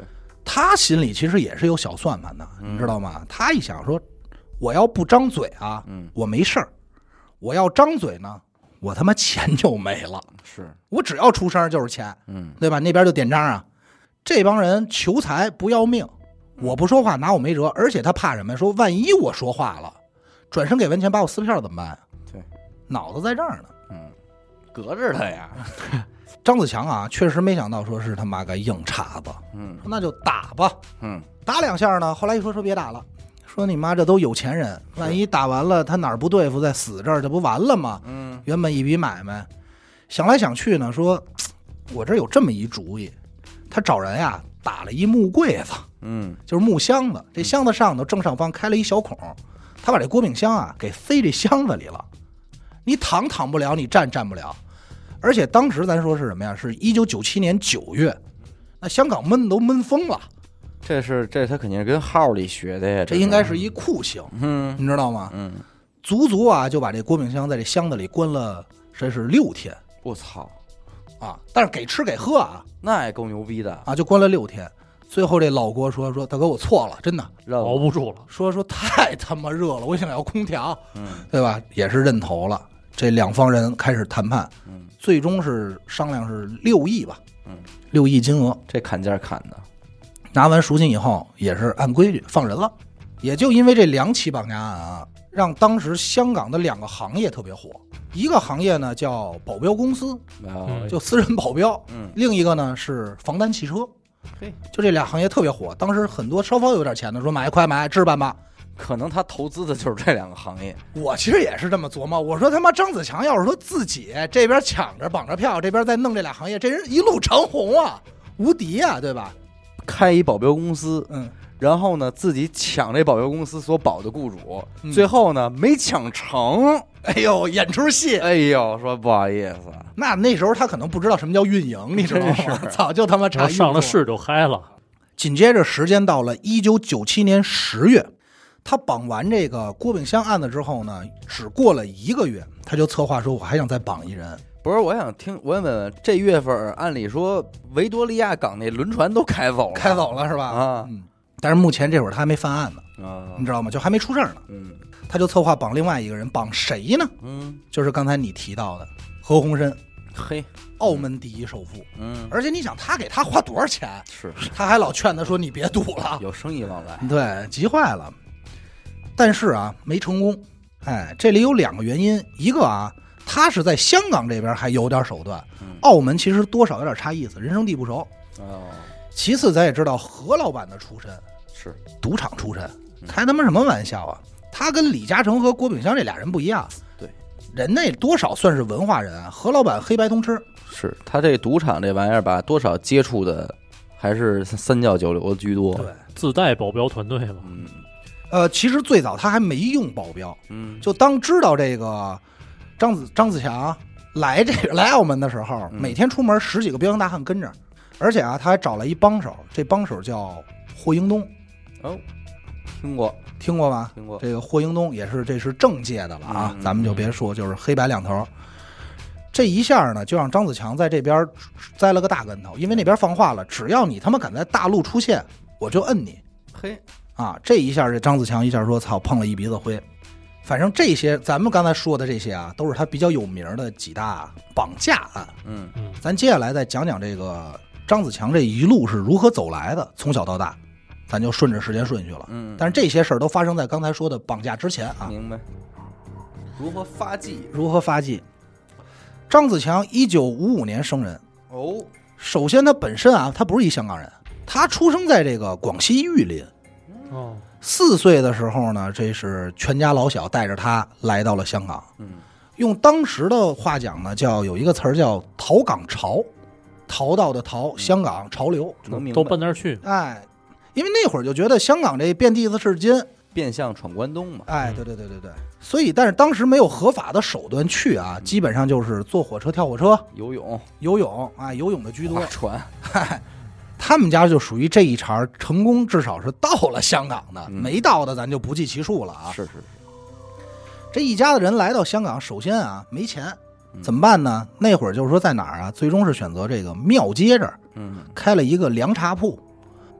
[SPEAKER 2] 他心里其实也是有小算盘的，你知道吗？他一想说，我要不张嘴啊，
[SPEAKER 1] 嗯，
[SPEAKER 2] 我没事儿；我要张嘴呢，我他妈钱就没了。
[SPEAKER 1] 是
[SPEAKER 2] 我只要出声就是钱，
[SPEAKER 1] 嗯，
[SPEAKER 2] 对吧？那边就点章啊，这帮人求财不要命，我不说话拿我没辙，而且他怕什么？说万一我说话了，转身给文钱把我撕票怎么办呀？
[SPEAKER 1] 对，
[SPEAKER 2] 脑子在这儿呢。
[SPEAKER 1] 嗯，隔着他呀。
[SPEAKER 2] 张子强啊，确实没想到说是他妈个硬茬子，
[SPEAKER 1] 嗯，
[SPEAKER 2] 那就打吧，
[SPEAKER 1] 嗯，
[SPEAKER 2] 打两下呢。后来一说说别打了，说你妈这都有钱人，万一打完了他哪儿不对付再死这儿，这不完了吗？
[SPEAKER 1] 嗯，
[SPEAKER 2] 原本一笔买卖，想来想去呢，说我这有这么一主意，他找人呀打了一木柜子，
[SPEAKER 1] 嗯，
[SPEAKER 2] 就是木箱子，这箱子上头正上方开了一小孔，他把这郭炳湘啊给塞这箱子里了，你躺躺不了，你站站不了。而且当时咱说是什么呀？是一九九七年九月，那香港闷都闷疯了。
[SPEAKER 1] 这是这他肯定是跟号里学的呀，
[SPEAKER 2] 这应该是一酷刑，
[SPEAKER 1] 嗯，
[SPEAKER 2] 你知道吗？
[SPEAKER 1] 嗯，
[SPEAKER 2] 足足啊就把这郭炳湘在这箱子里关了，这是六天。
[SPEAKER 1] 我操
[SPEAKER 2] 啊！但是给吃给喝啊，
[SPEAKER 1] 那也够牛逼的
[SPEAKER 2] 啊，就关了六天。最后这老郭说说大哥我错了，真的
[SPEAKER 3] 熬不住了，
[SPEAKER 2] 说说太他妈热了，我想要空调，
[SPEAKER 1] 嗯，
[SPEAKER 2] 对吧？也是认头了。这两方人开始谈判，
[SPEAKER 1] 嗯，
[SPEAKER 2] 最终是商量是六亿吧，
[SPEAKER 1] 嗯，
[SPEAKER 2] 六亿金额，
[SPEAKER 1] 这砍价砍的，
[SPEAKER 2] 拿完赎金以后也是按规矩放人了。也就因为这两起绑架案啊，让当时香港的两个行业特别火，一个行业呢叫保镖公司，
[SPEAKER 1] 嗯，
[SPEAKER 2] 就私人保镖，
[SPEAKER 1] 嗯，
[SPEAKER 2] 另一个呢是防弹汽车，
[SPEAKER 1] 嘿，
[SPEAKER 2] 就这俩行业特别火。当时很多稍稍有点钱的说买快买置办吧。
[SPEAKER 1] 可能他投资的就是这两个行业。
[SPEAKER 2] 我其实也是这么琢磨，我说他妈张子强要是说自己这边抢着绑着票，这边再弄这俩行业，这人一路长红啊，无敌啊，对吧？
[SPEAKER 1] 开一保镖公司，
[SPEAKER 2] 嗯，
[SPEAKER 1] 然后呢自己抢这保镖公司所保的雇主，
[SPEAKER 2] 嗯、
[SPEAKER 1] 最后呢没抢成，
[SPEAKER 2] 哎呦，演出戏，
[SPEAKER 1] 哎呦，说不好意思，
[SPEAKER 2] 那那时候他可能不知道什么叫运营，你知道吗？早就他妈查
[SPEAKER 3] 上了市就嗨了。
[SPEAKER 2] 紧接着时间到了一九九七年十月。他绑完这个郭炳湘案子之后呢，只过了一个月，他就策划说，我还想再绑一人。
[SPEAKER 1] 不是，我想听，我问问，这月份按理说维多利亚港那轮船都开走了，
[SPEAKER 2] 开走了是吧？
[SPEAKER 1] 啊，
[SPEAKER 2] 嗯。但是目前这会儿他还没犯案呢，
[SPEAKER 1] 啊，
[SPEAKER 2] 你知道吗？就还没出事呢。
[SPEAKER 1] 嗯，
[SPEAKER 2] 他就策划绑另外一个人，绑谁呢？
[SPEAKER 1] 嗯，
[SPEAKER 2] 就是刚才你提到的何鸿燊，
[SPEAKER 1] 嘿，
[SPEAKER 2] 澳门第一首富。
[SPEAKER 1] 嗯，
[SPEAKER 2] 而且你想，他给他花多少钱？
[SPEAKER 1] 是，
[SPEAKER 2] 他还老劝他说：“你别赌了，
[SPEAKER 1] 有生意往来。”
[SPEAKER 2] 对，急坏了。但是啊，没成功。哎，这里有两个原因，一个啊，他是在香港这边还有点手段，
[SPEAKER 1] 嗯、
[SPEAKER 2] 澳门其实多少有点差意思，人生地不熟。
[SPEAKER 1] 哦。
[SPEAKER 2] 其次，咱也知道何老板的出身
[SPEAKER 1] 是
[SPEAKER 2] 赌场出身，开他妈什么玩笑啊！他跟李嘉诚和郭炳湘这俩人不一样，
[SPEAKER 1] 对，
[SPEAKER 2] 人那多少算是文化人啊。何老板黑白通吃，
[SPEAKER 1] 是他这赌场这玩意儿吧，多少接触的还是三教九流的居多，
[SPEAKER 2] 对，
[SPEAKER 3] 自带保镖团队嘛。
[SPEAKER 1] 嗯。
[SPEAKER 2] 呃，其实最早他还没用保镖，
[SPEAKER 1] 嗯，
[SPEAKER 2] 就当知道这个张子张子强来这个来澳门的时候，
[SPEAKER 1] 嗯、
[SPEAKER 2] 每天出门十几个彪形大汉跟着，而且啊，他还找了一帮手，这帮手叫霍英东。
[SPEAKER 1] 哦，听过，
[SPEAKER 2] 听过吧？
[SPEAKER 1] 听过。
[SPEAKER 2] 这个霍英东也是，这是政界的了啊，
[SPEAKER 1] 嗯、
[SPEAKER 2] 咱们就别说，就是黑白两头。这一下呢，就让张子强在这边栽了个大跟头，因为那边放话了，只要你他妈敢在大陆出现，我就摁你。
[SPEAKER 1] 嘿。
[SPEAKER 2] 啊，这一下这张子强一下说操，碰了一鼻子灰。反正这些咱们刚才说的这些啊，都是他比较有名的几大绑架案。
[SPEAKER 1] 嗯
[SPEAKER 3] 嗯，
[SPEAKER 2] 咱接下来再讲讲这个张子强这一路是如何走来的，从小到大，咱就顺着时间顺序了。
[SPEAKER 1] 嗯，
[SPEAKER 2] 但是这些事儿都发生在刚才说的绑架之前啊。
[SPEAKER 1] 明白。如何发迹？
[SPEAKER 2] 如何发迹？张子强一九五五年生人。
[SPEAKER 1] 哦，
[SPEAKER 2] 首先他本身啊，他不是一香港人，他出生在这个广西玉林。
[SPEAKER 3] 哦，
[SPEAKER 2] 四岁的时候呢，这是全家老小带着他来到了香港。
[SPEAKER 1] 嗯，
[SPEAKER 2] 用当时的话讲呢，叫有一个词儿叫“逃港潮”，逃到的逃，香港潮流，
[SPEAKER 1] 能明白
[SPEAKER 3] 都奔那儿去。
[SPEAKER 2] 哎，因为那会儿就觉得香港这遍地是金，
[SPEAKER 1] 变相闯关东嘛。
[SPEAKER 2] 哎，对对对对对。所以，但是当时没有合法的手段去啊，基本上就是坐火车、跳火车、
[SPEAKER 1] 游泳、
[SPEAKER 2] 游泳啊，游泳的居多。
[SPEAKER 1] 划船。
[SPEAKER 2] 嗨。他们家就属于这一茬成功，至少是到了香港的，
[SPEAKER 1] 嗯、
[SPEAKER 2] 没到的咱就不计其数了啊。
[SPEAKER 1] 是是是，
[SPEAKER 2] 这一家子人来到香港，首先啊没钱，怎么办呢？嗯、那会儿就是说在哪儿啊？最终是选择这个庙街这儿，
[SPEAKER 1] 嗯，
[SPEAKER 2] 开了一个凉茶铺。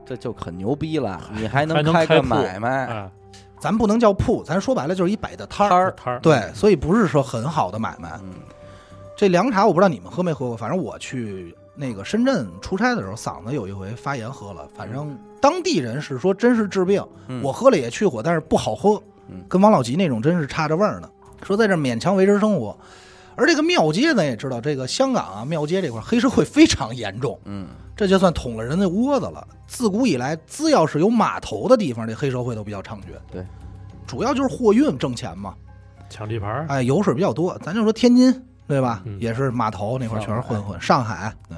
[SPEAKER 1] 这就很牛逼了，你还
[SPEAKER 3] 能
[SPEAKER 1] 开个
[SPEAKER 3] 铺
[SPEAKER 1] 买卖，
[SPEAKER 3] 哎，
[SPEAKER 2] 咱不能叫铺，咱说白了就是一摆的摊儿。
[SPEAKER 1] 摊儿，
[SPEAKER 3] 摊儿，
[SPEAKER 2] 对，所以不是说很好的买卖。
[SPEAKER 1] 嗯
[SPEAKER 2] 这凉茶我不知道你们喝没喝过，反正我去那个深圳出差的时候，嗓子有一回发炎喝了，反正当地人是说真是治病，
[SPEAKER 1] 嗯
[SPEAKER 2] 我喝了也去火，但是不好喝，
[SPEAKER 1] 嗯
[SPEAKER 2] 跟王老吉那种真是差着味儿呢。说在这勉强维持生活，而这个庙街咱也知道，这个香港啊庙街这块黑社会非常严重，
[SPEAKER 1] 嗯，
[SPEAKER 2] 这就算捅了人的窝子了。自古以来，只要是有码头的地方，这黑社会都比较猖獗。
[SPEAKER 1] 对，
[SPEAKER 2] 主要就是货运挣钱嘛，
[SPEAKER 3] 抢地盘，
[SPEAKER 2] 哎，油水比较多。咱就说天津，对吧？
[SPEAKER 3] 嗯
[SPEAKER 2] 也是码头那块全是混混。上海，对。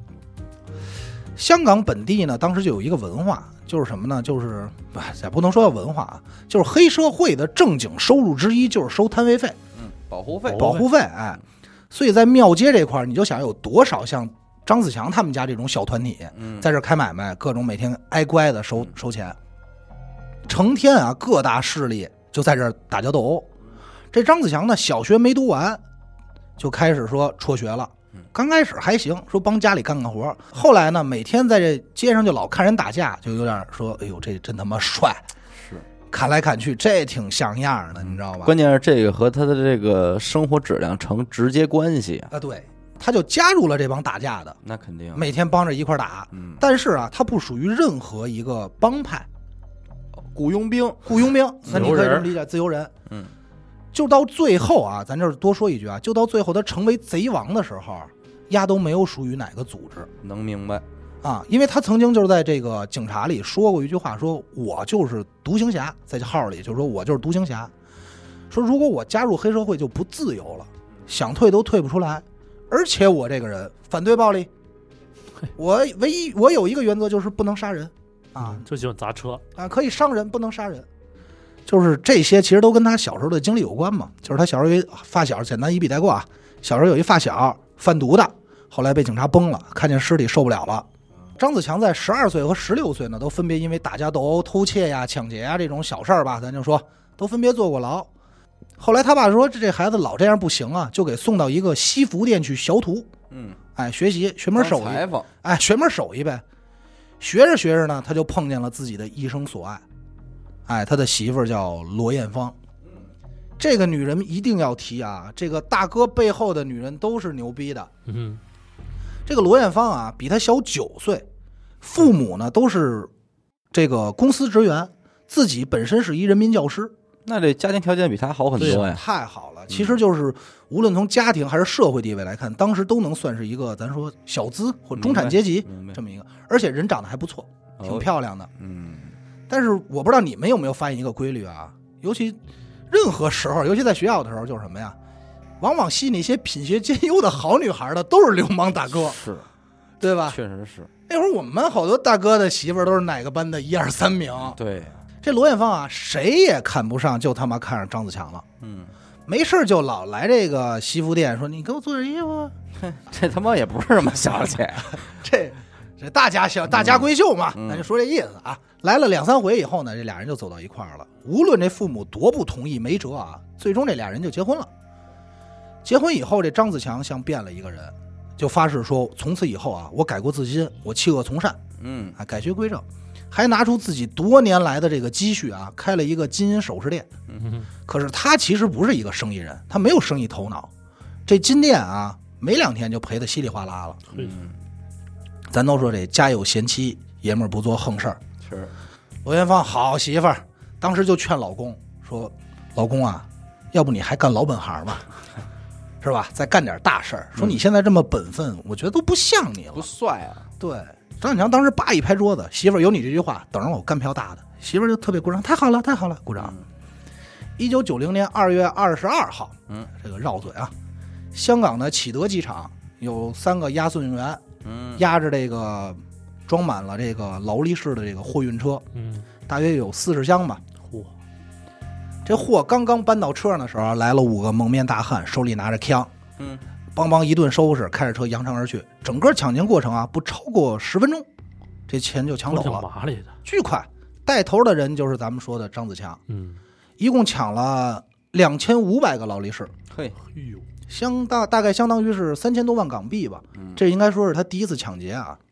[SPEAKER 2] 香港本地呢，当时就有一个文化，就是什么呢？就是也不能说叫文化啊，就是黑社会的正经收入之一就是收摊位费、
[SPEAKER 1] 嗯，保护费，
[SPEAKER 2] 保护费。哎，所以在庙街这块，你就想有多少像张子强他们家这种小团体，
[SPEAKER 1] 嗯，
[SPEAKER 2] 在这开买卖，各种每天挨乖的收收钱，成天啊各大势力就在这儿打交斗殴。这张子强呢，小学没读完，就开始说辍学了。刚开始还行，说帮家里干干活。后来呢，每天在这街上就老看人打架，就有点说：“哎呦，这真他妈帅！”
[SPEAKER 1] 是
[SPEAKER 2] 看来看去，这挺像样的，你知道吧？
[SPEAKER 1] 关键是这个和他的这个生活质量成直接关系啊。
[SPEAKER 2] 啊，对，他就加入了这帮打架的，
[SPEAKER 1] 那肯定，
[SPEAKER 2] 每天帮着一块打。
[SPEAKER 1] 嗯，
[SPEAKER 2] 但是啊，他不属于任何一个帮派，
[SPEAKER 1] 雇佣兵，
[SPEAKER 2] 雇佣兵，那你可以这么
[SPEAKER 3] 人
[SPEAKER 2] 理解，自由人。
[SPEAKER 1] 嗯，
[SPEAKER 2] 就到最后啊，咱这儿多说一句啊，就到最后他成为贼王的时候，丫都没有属于哪个组织
[SPEAKER 1] 能明白，
[SPEAKER 2] 啊，因为他曾经就是在这个警察里说过一句话，说我就是独行侠，在号里就是说我就是独行侠，说如果我加入黑社会就不自由了，想退都退不出来，而且我这个人反对暴力，我唯一我有一个原则就是不能杀人啊，
[SPEAKER 3] 就喜欢砸车，
[SPEAKER 2] 啊，可以伤人，不能杀人。就是这些，其实都跟他小时候的经历有关嘛。就是他小时候有一发小，简单一笔带过啊。小时候有一发小贩毒的，后来被警察崩了，看见尸体受不了了。张子强在十二岁和十六岁呢，都分别因为打架斗殴、偷窃呀、抢劫呀这种小事儿吧，咱就说都分别坐过牢。后来他爸说这这孩子老这样不行啊，就给送到一个西服店去学徒，
[SPEAKER 1] 嗯，
[SPEAKER 2] 哎，学习学门手艺，
[SPEAKER 1] 裁缝，
[SPEAKER 2] 哎，学门手艺呗。学着学着呢，他就碰见了自己的一生所爱。哎，他的媳妇儿叫罗艳芳，这个女人一定要提啊！这个大哥背后的女人都是牛逼的。
[SPEAKER 3] 嗯，
[SPEAKER 2] 这个罗艳芳啊，比他小九岁，父母呢都是这个公司职员，自己本身是一人民教师，
[SPEAKER 1] 那这家庭条件比他好很多呀。
[SPEAKER 2] 太好了。其实就是无论从家庭还是社会地位来看，当时都能算是一个咱说小资或中产阶级这么一个，而且人长得还不错，挺漂亮的。
[SPEAKER 1] 嗯。
[SPEAKER 2] 但是我不知道你们有没有发现一个规律啊，尤其任何时候，尤其在学校的时候，就是什么呀，往往吸引那些品学兼优的好女孩的都是流氓大哥，
[SPEAKER 1] 是，
[SPEAKER 2] 对吧？
[SPEAKER 1] 确实是。
[SPEAKER 2] 那会儿我们好多大哥的媳妇儿都是哪个班的一二三名。
[SPEAKER 1] 对，
[SPEAKER 2] 这罗艳芳啊，谁也看不上，就他妈看上张子强了。
[SPEAKER 1] 嗯，
[SPEAKER 2] 没事就老来这个西服店，说你给我做点衣服。
[SPEAKER 1] 这他妈也不是什么小钱，
[SPEAKER 2] 这这大家小大家闺秀嘛，
[SPEAKER 1] 嗯、
[SPEAKER 2] 咱就说这意思啊。来了两三回以后呢，这俩人就走到一块儿了。无论这父母多不同意，没辙啊，最终这俩人就结婚了。结婚以后，这张子强像变了一个人，就发誓说，从此以后啊，我改过自新，我弃恶从善，
[SPEAKER 1] 嗯
[SPEAKER 2] 啊，改邪归正，还拿出自己多年来的这个积蓄啊，开了一个金银首饰店。
[SPEAKER 3] 嗯，
[SPEAKER 2] 可是他其实不是一个生意人，他没有生意头脑，这金店啊，没两天就赔得稀里哗啦了。
[SPEAKER 1] 嗯，
[SPEAKER 2] 咱都说这家有贤妻，爷们儿不做横事儿。
[SPEAKER 1] 是，
[SPEAKER 2] 罗艳芳好媳妇儿，当时就劝老公说：“老公啊，要不你还干老本行吧，是吧？再干点大事儿。说你现在这么本分，我觉得都不像你了，
[SPEAKER 1] 不帅啊。”
[SPEAKER 2] 对，张子强当时叭一拍桌子：“媳妇儿有你这句话，等着我干票大的。”媳妇儿就特别鼓掌：“太好了，太好了！”鼓掌。一九九零年二月二十二号，
[SPEAKER 1] 嗯，
[SPEAKER 2] 这个绕嘴啊，香港的启德机场有三个押送员，
[SPEAKER 1] 嗯，
[SPEAKER 2] 押着这个。装满了这个劳力士的这个货运车，
[SPEAKER 3] 嗯，
[SPEAKER 2] 大约有四十箱吧。
[SPEAKER 3] 嚯！
[SPEAKER 2] 这货刚刚搬到车上的时候，来了五个蒙面大汉，手里拿着枪，
[SPEAKER 1] 嗯，
[SPEAKER 2] 梆梆一顿收拾，开着车扬长而去。整个抢钱过程啊，不超过十分钟，这钱就抢走了，
[SPEAKER 3] 麻利的，
[SPEAKER 2] 巨快。带头的人就是咱们说的张子强，
[SPEAKER 3] 嗯，
[SPEAKER 2] 一共抢了两千五百个劳力士，
[SPEAKER 1] 嘿，
[SPEAKER 3] 哎呦，
[SPEAKER 2] 相大大概相当于是三千多万港币吧。
[SPEAKER 1] 嗯，
[SPEAKER 2] 这应该说是他第一次抢劫啊。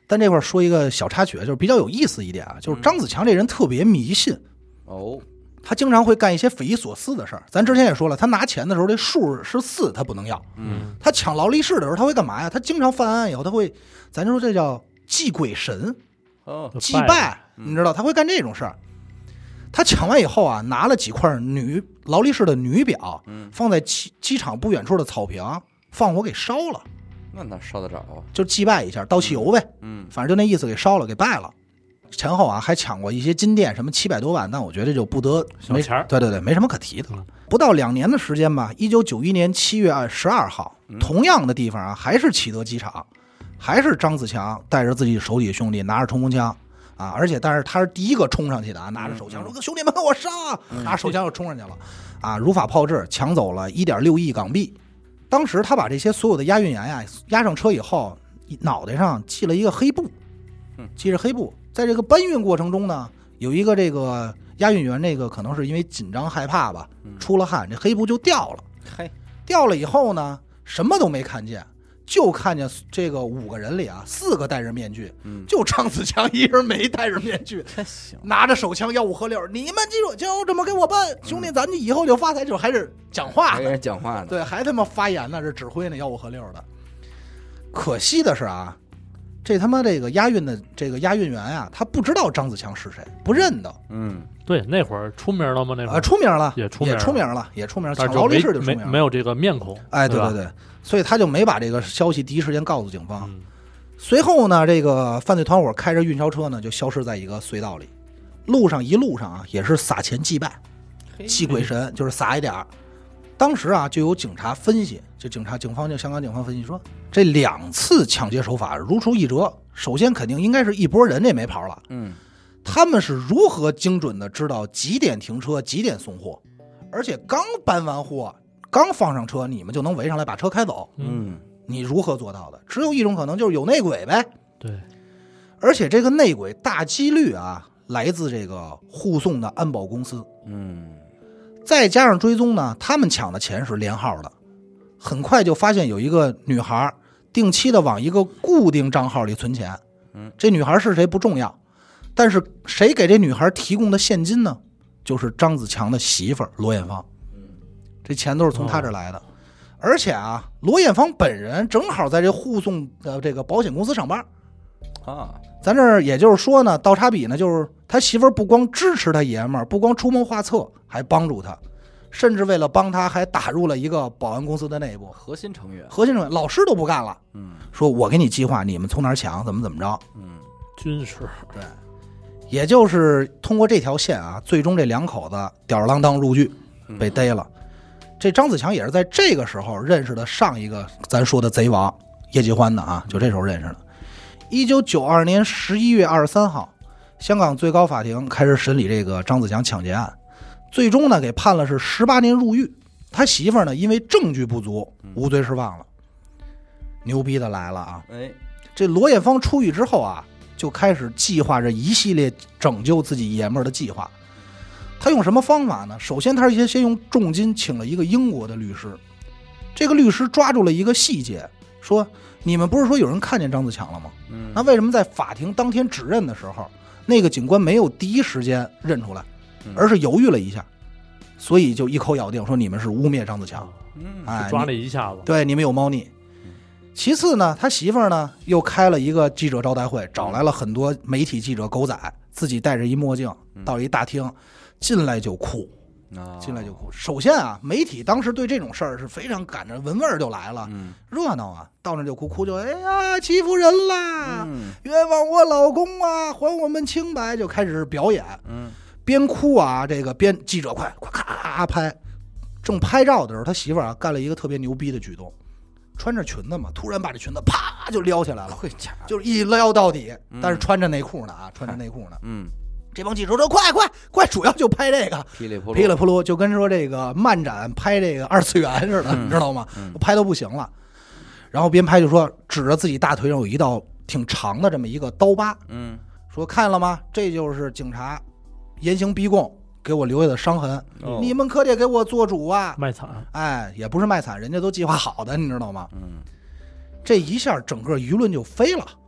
[SPEAKER 2] 但这块说一个小插曲，就是比较有意思一点啊，就是张子强这人特别迷信
[SPEAKER 1] 哦，
[SPEAKER 2] 他经常会干一些匪夷所思的事儿。咱之前也说了，他拿钱的时候这数是四，他不能要。
[SPEAKER 1] 嗯，
[SPEAKER 2] 他抢劳力士的时候，他会干嘛呀？他经常犯案以后，他会，咱就说这叫祭鬼神，
[SPEAKER 1] 哦，
[SPEAKER 2] 祭拜，你知道他会干这种事儿。他抢完以后啊，拿了几块女劳力士的女表，放在机机场不远处的草坪，放火给烧了。
[SPEAKER 1] 那哪烧得着啊？
[SPEAKER 2] 就祭拜一下，倒汽油呗。
[SPEAKER 1] 嗯，
[SPEAKER 2] 反正就那意思，给烧了，给拜了。前后啊还抢过一些金店，什么七百多万，但我觉得就不得
[SPEAKER 3] 小钱儿。
[SPEAKER 2] 对对对，没什么可提的。不到两年的时间吧，一九九一年七月二十二号，同样的地方啊，还是启德机场，还是张子强带着自己手底兄弟拿着冲锋枪啊，而且但是他是第一个冲上去的啊，拿着手枪说：“兄弟们，跟我上！”拿着手枪就冲上去了啊，如法炮制，抢走了一点六亿港币。当时他把这些所有的押运员呀押上车以后，脑袋上系了一个黑布，系着黑布。在这个搬运过程中呢，有一个这个押运员，那个可能是因为紧张害怕吧，出了汗，这黑布就掉了。
[SPEAKER 1] 嘿，掉
[SPEAKER 2] 了以后呢，什么都没看见，就看见这个五个人里啊，四个戴着面具，嗯、就张子强一人没戴着面具，拿着手枪吆五喝六，你们记住就这么给我办，兄弟，咱以后就发财，就还是讲话，
[SPEAKER 1] 还是讲话呢，
[SPEAKER 2] 对，还他妈发言呢，这指挥呢吆五喝六的。可惜的是啊。这他妈这个押运的这个押运员啊，他不知道张子强是谁，不认得。
[SPEAKER 3] 嗯，对，那会儿出名了吗？那会儿、
[SPEAKER 2] 啊、出名了，
[SPEAKER 3] 也出名了，
[SPEAKER 2] 也出名了，也出名了。
[SPEAKER 3] 但
[SPEAKER 2] 抢劳力士就出名
[SPEAKER 3] 了，没没有这个面孔。
[SPEAKER 2] 哎，对对对，所以他就没把这个消息第一时间告诉警方。
[SPEAKER 3] 嗯、
[SPEAKER 2] 随后呢，这个犯罪团伙开着运钞车呢，就消失在一个隧道里。路上一路上啊，也是撒钱祭拜，祭鬼神，就是撒一点儿。当时啊，就有警察分析，就警察警方就香港警方分析说，这两次抢劫手法如出一辙。首先肯定应该是一拨人这没跑了，
[SPEAKER 1] 嗯，
[SPEAKER 2] 他们是如何精准的知道几点停车几点送货，而且刚搬完货刚放上车你们就能围上来把车开走，
[SPEAKER 1] 嗯，
[SPEAKER 2] 你如何做到的？只有一种可能，就是有内鬼呗。
[SPEAKER 3] 对，
[SPEAKER 2] 而且这个内鬼大几率啊来自这个护送的安保公司，
[SPEAKER 1] 嗯，
[SPEAKER 2] 再加上追踪呢，他们抢的钱是连号的，很快就发现有一个女孩定期的往一个固定账号里存钱，
[SPEAKER 1] 嗯，
[SPEAKER 2] 这女孩是谁不重要，但是谁给这女孩提供的现金呢？就是张子强的媳妇儿罗艳芳，这钱都是从他这来的，哦、而且啊，罗艳芳本人正好在这护送的这个保险公司上班，
[SPEAKER 1] 啊，
[SPEAKER 2] 咱这儿也就是说呢，倒插笔呢，就是他媳妇儿不光支持他爷们儿，不光出谋划策，还帮助他。甚至为了帮他，还打入了一个保安公司的内部，
[SPEAKER 1] 核心成员，
[SPEAKER 2] 核心成员，老师都不干了。
[SPEAKER 1] 嗯，
[SPEAKER 2] 说我给你计划，你们从哪儿抢，怎么怎么着。
[SPEAKER 1] 嗯，
[SPEAKER 3] 军事
[SPEAKER 2] 对，也就是通过这条线啊，最终这两口子吊儿郎当入狱，被逮了。嗯、这张子强也是在这个时候认识的上一个咱说的贼王叶继欢的啊，就这时候认识的。一九九二年十一月二十三号，香港最高法庭开始审理这个张子强抢劫案。最终呢，给判了是十八年入狱。他媳妇儿呢，因为证据不足，无罪释放了。牛逼的来了啊！
[SPEAKER 1] 哎，
[SPEAKER 2] 这罗艳芳出狱之后啊，就开始计划着一系列拯救自己爷们儿的计划。他用什么方法呢？首先，他是先先用重金请了一个英国的律师。这个律师抓住了一个细节，说：“你们不是说有人看见张子强了吗？
[SPEAKER 1] 嗯，
[SPEAKER 2] 那为什么在法庭当天指认的时候，那个警官没有第一时间认出来？”而是犹豫了一下，所以就一口咬定说你们是污蔑张子强，
[SPEAKER 1] 嗯，
[SPEAKER 2] 哎，
[SPEAKER 3] 抓了一下子，
[SPEAKER 2] 对，你们有猫腻。其次呢，他媳妇儿呢又开了一个记者招待会，找来了很多媒体记者狗仔，自己戴着一墨镜到一大厅，进来就哭，进来就哭。首先啊，媒体当时对这种事儿是非常赶着闻味儿就来了，
[SPEAKER 1] 嗯，
[SPEAKER 2] 热闹啊，到那就哭，哭就哎呀欺负人啦，
[SPEAKER 1] 嗯，
[SPEAKER 2] 冤枉我老公啊，还我们清白，就开始表演，
[SPEAKER 1] 嗯。
[SPEAKER 2] 边哭啊，这个边记者快快咔拍，正拍照的时候，他媳妇儿啊干了一个特别牛逼的举动，穿着裙子嘛，突然把这裙子啪就撩起来了，就是一撩到底，但是穿着内裤呢啊，穿着内裤呢。
[SPEAKER 1] 嗯，
[SPEAKER 2] 这帮记者说快快快，主要就拍这个，
[SPEAKER 1] 噼里扑噜，
[SPEAKER 2] 噼里扑噜，就跟说这个漫展拍这个二次元似的，
[SPEAKER 1] 嗯、
[SPEAKER 2] 你知道吗？
[SPEAKER 1] 嗯、
[SPEAKER 2] 拍都不行了。然后边拍就说，指着自己大腿上有一道挺长的这么一个刀疤，
[SPEAKER 1] 嗯，
[SPEAKER 2] 说看了吗？这就是警察严刑逼供给我留下的伤痕，
[SPEAKER 1] 哦、
[SPEAKER 2] 你们可得给我做主啊！
[SPEAKER 3] 卖惨，
[SPEAKER 2] 哎，也不是卖惨，人家都计划好的，你知道吗？
[SPEAKER 1] 嗯，
[SPEAKER 2] 这一下整个舆论就飞了，
[SPEAKER 1] 嗯，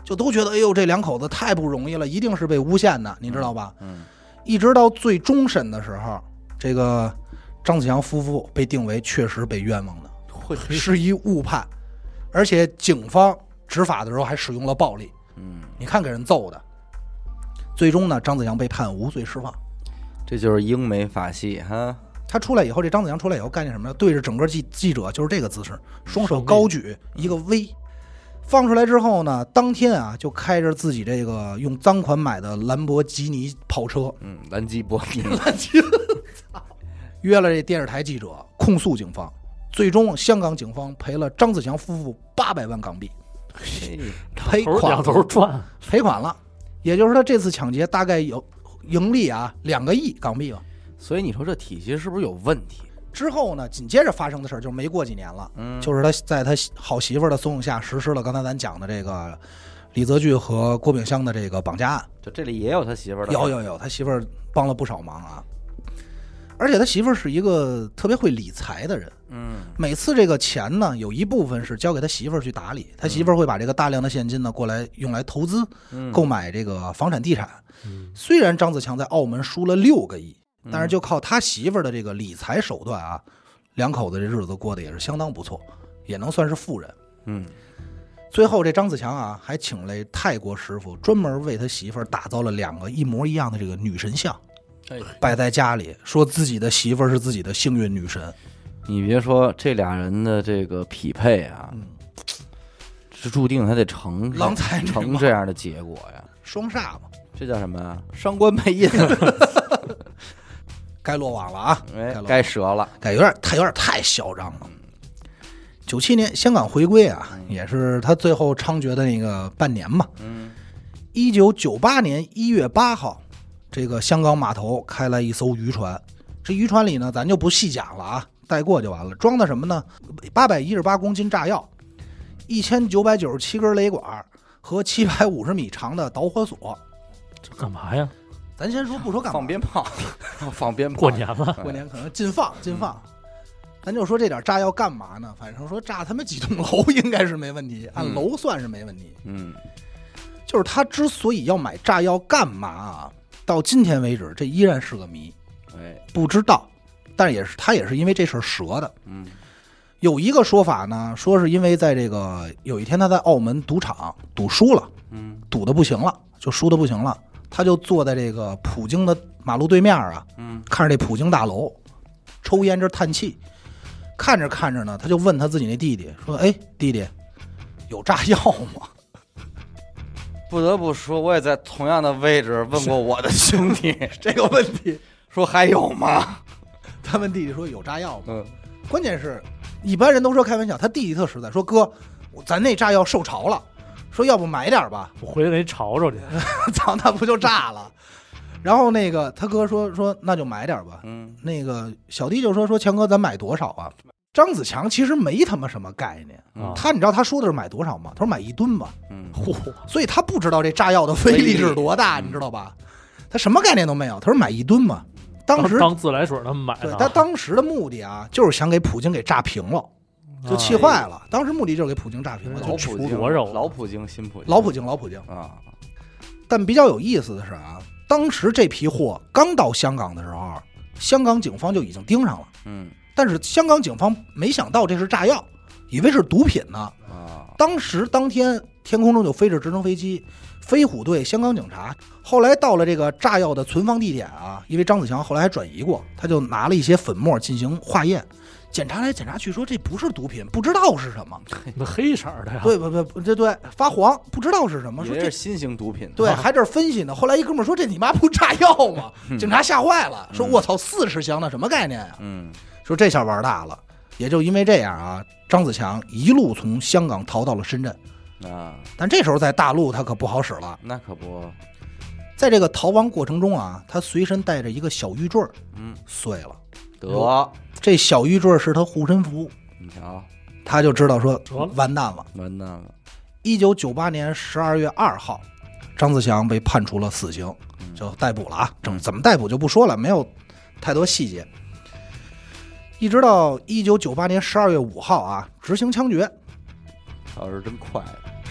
[SPEAKER 2] 就都觉得哎呦这两口子太不容易了，一定是被诬陷的，你知道吧？
[SPEAKER 1] 嗯，
[SPEAKER 2] 一直到最终审的时候，这个张子强夫妇被定为确实被冤枉的，是一误判，而且警方执法的时候还使用了暴力。
[SPEAKER 1] 嗯，
[SPEAKER 2] 你看给人揍的。最终呢，张子强被判无罪释放。
[SPEAKER 1] 这就是英美法系哈。
[SPEAKER 2] 他出来以后，这张子强出来以后干件什么呢？对着整个记记者就是这个姿势，双手高举一个 V。放出来之后呢，当天啊就开着自己这个用赃款买的兰博基尼跑车，
[SPEAKER 1] 嗯，兰基博尼，
[SPEAKER 2] 兰基，约了这电视台记者控诉警方。最终，香港警方赔了张子强夫妇八百万港币，赔款
[SPEAKER 3] 两头赚，
[SPEAKER 2] 赔款了。也就是他这次抢劫大概有盈利啊两个亿港币吧。
[SPEAKER 1] 所以你说这体系是不是有问题？
[SPEAKER 2] 之后呢，紧接着发生的事儿就是没过几年了，
[SPEAKER 1] 嗯，
[SPEAKER 2] 就是他在他好媳妇儿的怂恿下实施了刚才咱讲的这个李泽钜和郭炳湘的这个绑架案。
[SPEAKER 1] 就这里也有他媳妇儿的，
[SPEAKER 2] 有有有，他媳妇儿帮了不少忙啊。而且他媳妇儿是一个特别会理财的人，
[SPEAKER 1] 嗯，
[SPEAKER 2] 每次这个钱呢，有一部分是交给他媳妇儿去打理，他媳妇儿会把这个大量的现金呢过来用来投资，
[SPEAKER 1] 嗯，
[SPEAKER 2] 购买这个房产地产。
[SPEAKER 3] 嗯，
[SPEAKER 2] 虽然张子强在澳门输了六个亿，但是就靠他媳妇儿的这个理财手段啊，两口子这日子过得也是相当不错，也能算是富人。
[SPEAKER 1] 嗯，
[SPEAKER 2] 最后这张子强啊，还请了泰国师傅，专门为他媳妇儿打造了两个一模一样的这个女神像，摆在家里，说自己的媳妇儿是自己的幸运女神。
[SPEAKER 1] 你别说这俩人的这个匹配啊，
[SPEAKER 2] 嗯，
[SPEAKER 1] 是注定他得成
[SPEAKER 2] 郎才女貌
[SPEAKER 1] 成这样的结果呀，
[SPEAKER 2] 双煞嘛，
[SPEAKER 1] 这叫什么呀？伤官配印，
[SPEAKER 2] 该落网了啊！
[SPEAKER 1] 哎，
[SPEAKER 2] 该
[SPEAKER 1] 该折了，
[SPEAKER 2] 该有点太有点太嚣张了。九七年香港回归啊，也是他最后猖獗的那个半年嘛。
[SPEAKER 1] 嗯，
[SPEAKER 2] 一九九八年一月八号，这个香港码头开来一艘渔船，这渔船里呢，咱就不细讲了啊，带过就完了。装的什么呢？八百一十八公斤炸药，一千九百九十七根雷管和七百五十米长的导火索。
[SPEAKER 3] 这干嘛呀？
[SPEAKER 2] 咱先说不说干嘛？
[SPEAKER 1] 放鞭炮，放鞭炮。
[SPEAKER 3] 过年了，
[SPEAKER 2] 过年可能禁放禁放。咱就说这点炸药干嘛呢？反正说炸他们几栋楼应该是没问题，按楼算是没问题。
[SPEAKER 1] 嗯，
[SPEAKER 2] 就是他之所以要买炸药干嘛啊？到今天为止，这依然是个谜。
[SPEAKER 1] 哎，
[SPEAKER 2] 不知道，但是也是他也是因为这事儿折的。
[SPEAKER 1] 嗯，
[SPEAKER 2] 有一个说法呢，说是因为在这个有一天他在澳门赌场赌输了，
[SPEAKER 1] 嗯，
[SPEAKER 2] 赌的不行了，就输的不行了，他就坐在这个普京的马路对面啊，
[SPEAKER 1] 嗯，
[SPEAKER 2] 看着这普京大楼，抽烟这叹气。看着看着呢，他就问他自己那弟弟说：“哎，弟弟，有炸药吗？”
[SPEAKER 1] 不得不说，我也在同样的位置问过我的兄弟
[SPEAKER 2] 这个问题，
[SPEAKER 1] 说还有吗？
[SPEAKER 2] 他问弟弟说：“有炸药吗？”
[SPEAKER 1] 嗯，
[SPEAKER 2] 关键是，一般人都说开玩笑，他弟弟特实在，说：“哥，咱那炸药受潮了，说要不买点吧，
[SPEAKER 3] 我回来给你炒炒去。”
[SPEAKER 2] 操，那不就炸了？然后那个他哥说说那就买点吧。
[SPEAKER 1] 嗯，
[SPEAKER 2] 那个小弟就说说强哥，咱买多少啊？张子强其实没他妈什么概念，
[SPEAKER 1] 嗯
[SPEAKER 2] 他你知道他说的是买多少吗？他说买一吨吧。
[SPEAKER 1] 嗯，
[SPEAKER 3] 嚯，
[SPEAKER 2] 所以他不知道这炸药的威力是多大，
[SPEAKER 1] 嗯
[SPEAKER 2] 你知道吧？他什么概念都没有。他说买一吨嘛。当时
[SPEAKER 3] 当自来水他们买的。
[SPEAKER 2] 对他当时的目的啊，就是想给普京给炸平了，就气坏了。当时目的就是给普京炸平了，就
[SPEAKER 1] 老普京，
[SPEAKER 3] 多肉
[SPEAKER 1] 老普京，新普京，
[SPEAKER 2] 老普京，老普京
[SPEAKER 1] 啊。
[SPEAKER 2] 但比较有意思的是啊，当时这批货刚到香港的时候，香港警方就已经盯上了。
[SPEAKER 1] 嗯，
[SPEAKER 2] 但是香港警方没想到这是炸药，以为是毒品呢。
[SPEAKER 1] 啊，
[SPEAKER 2] 当时当天天空中就飞着直升飞机，飞虎队、香港警察。后来到了这个炸药的存放地点啊，因为张子强后来还转移过，他就拿了一些粉末进行化验，检查来检查去说这不是毒品，不知道是什么。
[SPEAKER 3] 那黑色的呀？
[SPEAKER 2] 对不不不，这对发黄，不知道是什么。说这
[SPEAKER 1] 也是新型毒品。
[SPEAKER 2] 对，还这分析呢。后来一哥们儿说这你妈不炸药吗？警察吓坏了，说我操，四十箱那什么概念呀？
[SPEAKER 1] 嗯，
[SPEAKER 2] 说这下玩大了。也就因为这样啊，张子强一路从香港逃到了深圳。
[SPEAKER 1] 啊，
[SPEAKER 2] 但这时候在大陆他可不好使了。
[SPEAKER 1] 那可不。
[SPEAKER 2] 在这个逃亡过程中啊，他随身带着一个小玉坠，
[SPEAKER 1] 嗯，
[SPEAKER 2] 碎了。
[SPEAKER 1] 得，
[SPEAKER 2] 这小玉坠是他护身符。
[SPEAKER 1] 你瞧，
[SPEAKER 2] 他就知道说完蛋了，
[SPEAKER 1] 完蛋了。
[SPEAKER 2] 一九九八年十二月二号，张子强被判处了死刑，就逮捕了啊。怎怎么逮捕就不说了，没有太多细节。一直到一九九八年十二月五号啊，执行枪决。
[SPEAKER 1] 倒是真快。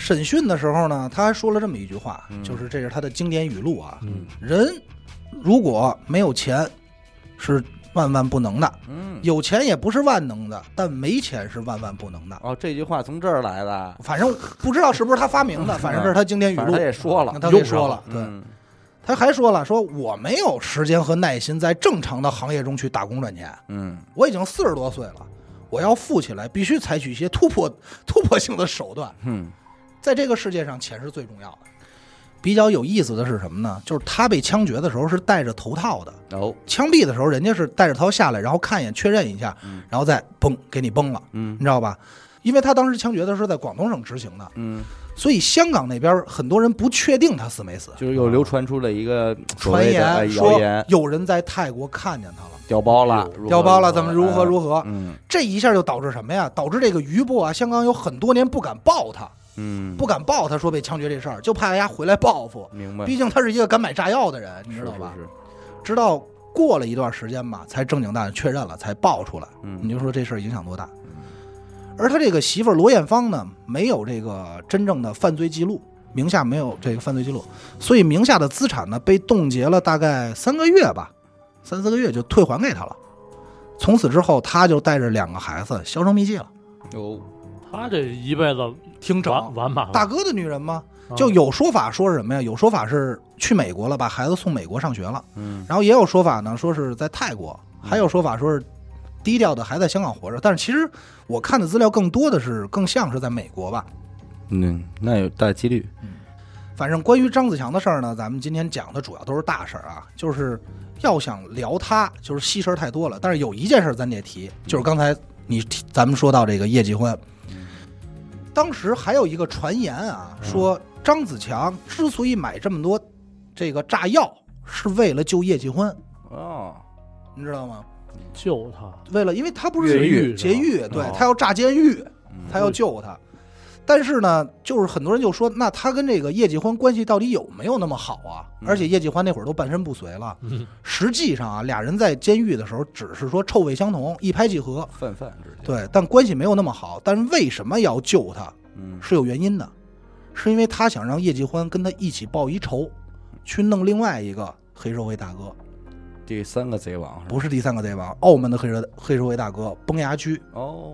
[SPEAKER 2] 审讯的时候呢，他还说了这么一句话，
[SPEAKER 1] 嗯
[SPEAKER 2] 就是这是他的经典语录啊，
[SPEAKER 3] 嗯
[SPEAKER 2] 人如果没有钱是万万不能的，
[SPEAKER 1] 嗯，
[SPEAKER 2] 有钱也不是万能的，但没钱是万万不能的。
[SPEAKER 1] 哦，这句话从这儿来的，
[SPEAKER 2] 反正不知道是不是他发明的，反正这是他经典语录。
[SPEAKER 1] 反正他也说了
[SPEAKER 2] 那，他也说了，对，
[SPEAKER 1] 嗯
[SPEAKER 2] 他还说了，说我没有时间和耐心在正常的行业中去打工赚钱，
[SPEAKER 1] 嗯
[SPEAKER 2] 我已经四十多岁了，我要富起来，必须采取一些突破突破性的手段。
[SPEAKER 1] 嗯
[SPEAKER 2] 在这个世界上，钱是最重要的。比较有意思的是什么呢？就是他被枪决的时候是戴着头套的，
[SPEAKER 1] 哦
[SPEAKER 2] 枪毙的时候人家是戴着头套下来，然后看一眼确认一下，
[SPEAKER 1] 嗯
[SPEAKER 2] 然后再嘣给你崩了，
[SPEAKER 1] 嗯
[SPEAKER 2] 你知道吧？因为他当时枪决的是在广东省执行的，
[SPEAKER 1] 嗯，
[SPEAKER 2] 所以香港那边很多人不确定他死没死，
[SPEAKER 1] 就是又流传出了一个所
[SPEAKER 2] 传
[SPEAKER 1] 谓的哎
[SPEAKER 2] 言说
[SPEAKER 1] 谣言，
[SPEAKER 2] 有人在泰国看见他了，
[SPEAKER 1] 调包了，如何
[SPEAKER 2] 调包了，
[SPEAKER 1] 如何
[SPEAKER 2] 怎么如何如何？
[SPEAKER 1] 嗯
[SPEAKER 2] 这一下就导致什么呀？导致这个余波啊，香港有很多年不敢报他，
[SPEAKER 1] 嗯，
[SPEAKER 2] 不敢报他说被枪决这事儿，就怕大家回来报复。
[SPEAKER 1] 明白，
[SPEAKER 2] 毕竟他是一个敢买炸药的人，你知道吧？
[SPEAKER 1] 是是是
[SPEAKER 2] 直到过了一段时间吧，才正经大确认了，才爆出来。
[SPEAKER 1] 嗯
[SPEAKER 2] 你就说这事儿影响多大？而他这个媳妇儿罗艳芳呢，没有这个真正的犯罪记录，名下没有这个犯罪记录，所以名下的资产呢被冻结了大概三个月吧，三四个月就退还给他了。从此之后，他就带着两个孩子销声匿迹了。
[SPEAKER 1] 有
[SPEAKER 3] 他这一辈子
[SPEAKER 2] 挺整，
[SPEAKER 3] 完完满了。
[SPEAKER 2] 大哥的女人吗？
[SPEAKER 3] 啊
[SPEAKER 2] 就有说法说是什么呀？有说法是去美国了，把孩子送美国上学了。
[SPEAKER 1] 嗯
[SPEAKER 2] 然后也有说法呢，说是在泰国，还有说法说是低调的还在香港活着。但是其实我看的资料更多的是更像是在美国吧。
[SPEAKER 1] 嗯，那有大几率，
[SPEAKER 2] 反正关于张子强的事儿呢，咱们今天讲的主要都是大事儿啊，就是要想聊他，就是细事儿太多了。但是有一件事咱得提，就是刚才你提咱们说到这个叶继欢，当时还有一个传言啊，说张子强之所以买这么多这个炸药，是为了救叶继欢，
[SPEAKER 1] 哦，
[SPEAKER 2] 你知道吗？
[SPEAKER 3] 救他，
[SPEAKER 2] 为了，因为他不是
[SPEAKER 1] 越
[SPEAKER 3] 狱
[SPEAKER 2] 劫狱，
[SPEAKER 3] 是吧哦
[SPEAKER 2] 对他要炸监狱，
[SPEAKER 1] 嗯
[SPEAKER 2] 他要救他。但是呢，就是很多人就说，那他跟这个叶继欢关系到底有没有那么好啊？
[SPEAKER 1] 嗯
[SPEAKER 2] 而且叶继欢那会儿都半身不遂了。
[SPEAKER 3] 嗯
[SPEAKER 2] 实际上啊，俩人在监狱的时候只是说臭味相同，一拍即合，
[SPEAKER 1] 泛泛之间，
[SPEAKER 2] 对，但关系没有那么好。但是为什么要救他，
[SPEAKER 1] 嗯
[SPEAKER 2] 是有原因的，是因为他想让叶继欢跟他一起报一仇，去弄另外一个黑社会大哥，
[SPEAKER 1] 第三个贼王
[SPEAKER 2] 不是第三个贼王，澳门的黑社黑社会大哥崩牙驹，
[SPEAKER 1] 哦，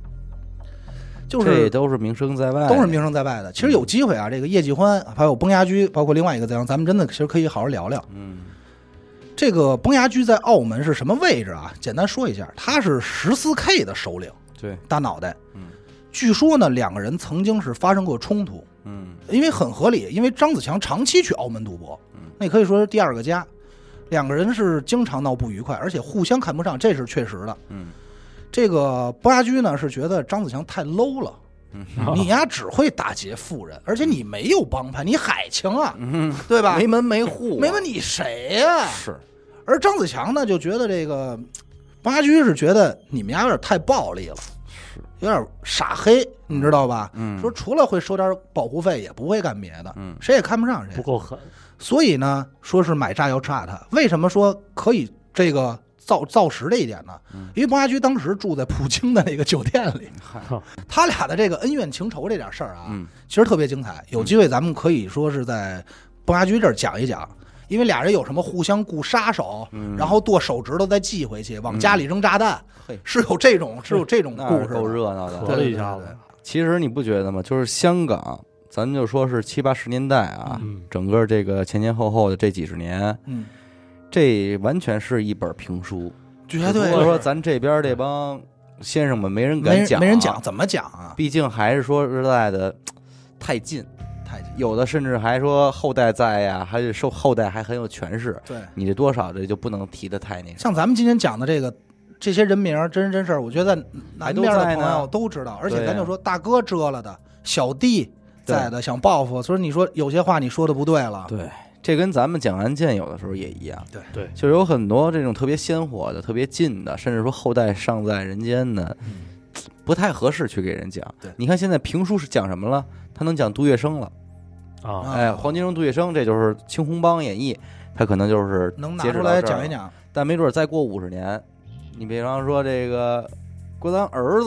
[SPEAKER 2] 就是
[SPEAKER 1] 这都是名声在外，
[SPEAKER 2] 都是名声在外的。其实有机会啊，这个叶继欢还有崩牙驹，包括另外一个贼王，咱们真的其实可以好好聊聊。
[SPEAKER 1] 嗯
[SPEAKER 2] 这个崩牙驹在澳门是什么位置啊？简单说一下，他是十四 K 的首领，
[SPEAKER 1] 对，
[SPEAKER 2] 大脑袋。
[SPEAKER 1] 嗯
[SPEAKER 2] 据说呢，两个人曾经是发生过冲突，
[SPEAKER 1] 嗯
[SPEAKER 2] 因为很合理，因为张子强长期去澳门赌博
[SPEAKER 1] 嗯，
[SPEAKER 2] 那可以说是第二个家。两个人是经常闹不愉快，而且互相看不上，这是确实的。
[SPEAKER 1] 嗯
[SPEAKER 2] 这个崩牙驹呢是觉得张子强太 low 了。
[SPEAKER 1] 嗯
[SPEAKER 2] 你呀只会打劫富人，而且你没有帮派，你海清啊，
[SPEAKER 1] 嗯，
[SPEAKER 2] 对吧？
[SPEAKER 1] 没门没户啊，
[SPEAKER 2] 没问你谁呀、
[SPEAKER 1] 是，
[SPEAKER 2] 而张子强呢，就觉得这个八居是觉得你们家有点太暴力了，
[SPEAKER 1] 是
[SPEAKER 2] 有点傻黑，你知道吧？
[SPEAKER 1] 嗯
[SPEAKER 2] 说除了会收点保护费，也不会干别的，
[SPEAKER 1] 嗯
[SPEAKER 2] 谁也看不上谁
[SPEAKER 3] 不。够狠。
[SPEAKER 2] 所以呢，说是买炸药炸他。为什么说可以这个造造实这一点呢？
[SPEAKER 1] 嗯
[SPEAKER 2] 因为崩牙驹当时住在普京的那个酒店里，
[SPEAKER 1] 嗨
[SPEAKER 2] 他俩的这个恩怨情仇这点事儿啊，
[SPEAKER 1] 嗯
[SPEAKER 2] 其实特别精彩。有机会咱们可以说是在崩牙驹这儿讲一讲，因为俩人有什么互相雇杀手，
[SPEAKER 1] 嗯
[SPEAKER 2] 然后剁手指头再寄回去，往家里扔炸弹，
[SPEAKER 1] 嘿
[SPEAKER 2] 是有这种是有这种
[SPEAKER 1] 那是
[SPEAKER 2] 故事的，
[SPEAKER 1] 够热闹的。
[SPEAKER 3] 合
[SPEAKER 2] 对对
[SPEAKER 3] 了一下子
[SPEAKER 2] 对对
[SPEAKER 1] 其实你不觉得吗？就是香港，咱就说是七八十年代啊，
[SPEAKER 3] 嗯
[SPEAKER 1] 整个这个前前后后的这几十年，
[SPEAKER 2] 嗯，
[SPEAKER 1] 这完全是一本评书。
[SPEAKER 2] 绝
[SPEAKER 1] 只不
[SPEAKER 2] 对
[SPEAKER 1] 过说
[SPEAKER 2] 是
[SPEAKER 1] 咱这边这帮先生们没人
[SPEAKER 2] 没人
[SPEAKER 1] 敢讲，
[SPEAKER 2] 没人讲，怎么讲啊？
[SPEAKER 1] 毕竟还是说实在的太近，
[SPEAKER 2] 太近
[SPEAKER 1] 有的甚至还说后代在呀，还是受后代还很有权势，
[SPEAKER 2] 对，
[SPEAKER 1] 你这多少这就不能提的太那个。
[SPEAKER 2] 像咱们今天讲的这个这些人名真人真事儿，我觉得南边的
[SPEAKER 1] 还都在呢
[SPEAKER 2] 朋友都知道，而且
[SPEAKER 1] 对啊
[SPEAKER 2] 咱就说大哥遮了的，小弟在的想报复，所以你说有些话你说的不对了，
[SPEAKER 1] 对，这跟咱们讲案件有的时候也一样，
[SPEAKER 2] 对
[SPEAKER 3] 对，
[SPEAKER 1] 就是有很多这种特别鲜活的、特别近的，甚至说后代尚在人间的，不太合适去给人讲。
[SPEAKER 2] 对
[SPEAKER 1] 你看现在评书是讲什么了？他能讲杜月笙了，
[SPEAKER 3] 啊，
[SPEAKER 2] 啊
[SPEAKER 1] 哎，黄金荣、杜月笙，这就是青红帮演义，他可能就是
[SPEAKER 2] 能拿出来
[SPEAKER 1] 截止到这儿了。
[SPEAKER 2] 讲一讲，
[SPEAKER 1] 但没准再过五十年，你比方说这个郭咱儿子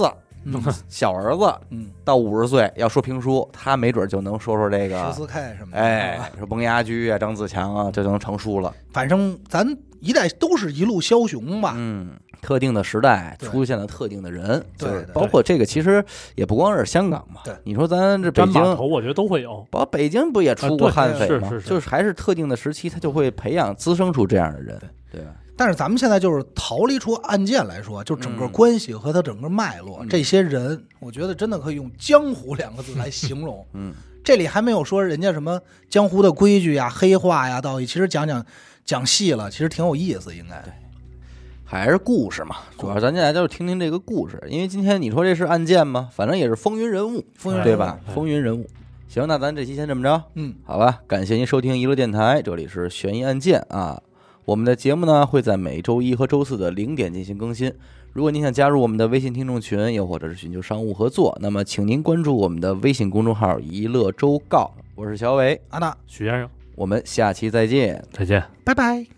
[SPEAKER 1] 小儿子
[SPEAKER 2] 嗯，
[SPEAKER 1] 到五十岁要说评书，他没准就能说说这个
[SPEAKER 2] 十四 K 什么的，
[SPEAKER 1] 哎，说崩牙驹啊、张自强啊，就能成书了。
[SPEAKER 2] 反正咱一代都是一路枭雄吧。
[SPEAKER 1] 嗯，特定的时代
[SPEAKER 2] 对
[SPEAKER 1] 出现了特定的人，
[SPEAKER 2] 对
[SPEAKER 1] 就是
[SPEAKER 2] 对
[SPEAKER 1] 包括这个，其实也不光是香港嘛。
[SPEAKER 2] 对，
[SPEAKER 1] 你说咱这北
[SPEAKER 3] 沾把头，
[SPEAKER 1] 京，
[SPEAKER 3] 我觉得都会有。
[SPEAKER 1] 包括北京不也出过
[SPEAKER 3] 啊对
[SPEAKER 1] 悍匪吗？
[SPEAKER 3] 是是是
[SPEAKER 1] 就是还是特定的时期，他就会培养滋生出这样的人，对吧？
[SPEAKER 2] 但是咱们现在就是逃离出案件来说，就整个关系和它整个脉络，
[SPEAKER 1] 嗯
[SPEAKER 2] 这些人，我觉得真的可以用江湖两个字来形容。
[SPEAKER 1] 嗯，
[SPEAKER 2] 这里还没有说人家什么江湖的规矩呀、黑话呀、道义，其实讲讲讲细了，其实挺有意思，应该。
[SPEAKER 1] 还是故事嘛，主要咱现在就是听听这个故事，因为今天你说这是案件嘛，反正也是风云人物，
[SPEAKER 2] 风云人物
[SPEAKER 1] 对吧？
[SPEAKER 3] 哎
[SPEAKER 1] 风云人物。行，那咱这期先这么着，
[SPEAKER 2] 嗯，
[SPEAKER 1] 好吧？感谢您收听娱乐电台，这里是悬疑案件啊。我们的节目呢会在每周一和周四的零点进行更新。如果您想加入我们的微信听众群，又或者是寻求商务合作，那么请您关注我们的微信公众号“娱乐周告”。我是小伟，
[SPEAKER 2] 阿达，
[SPEAKER 3] 许先生，
[SPEAKER 1] 我们下期再见。
[SPEAKER 3] 再见。
[SPEAKER 2] 拜拜。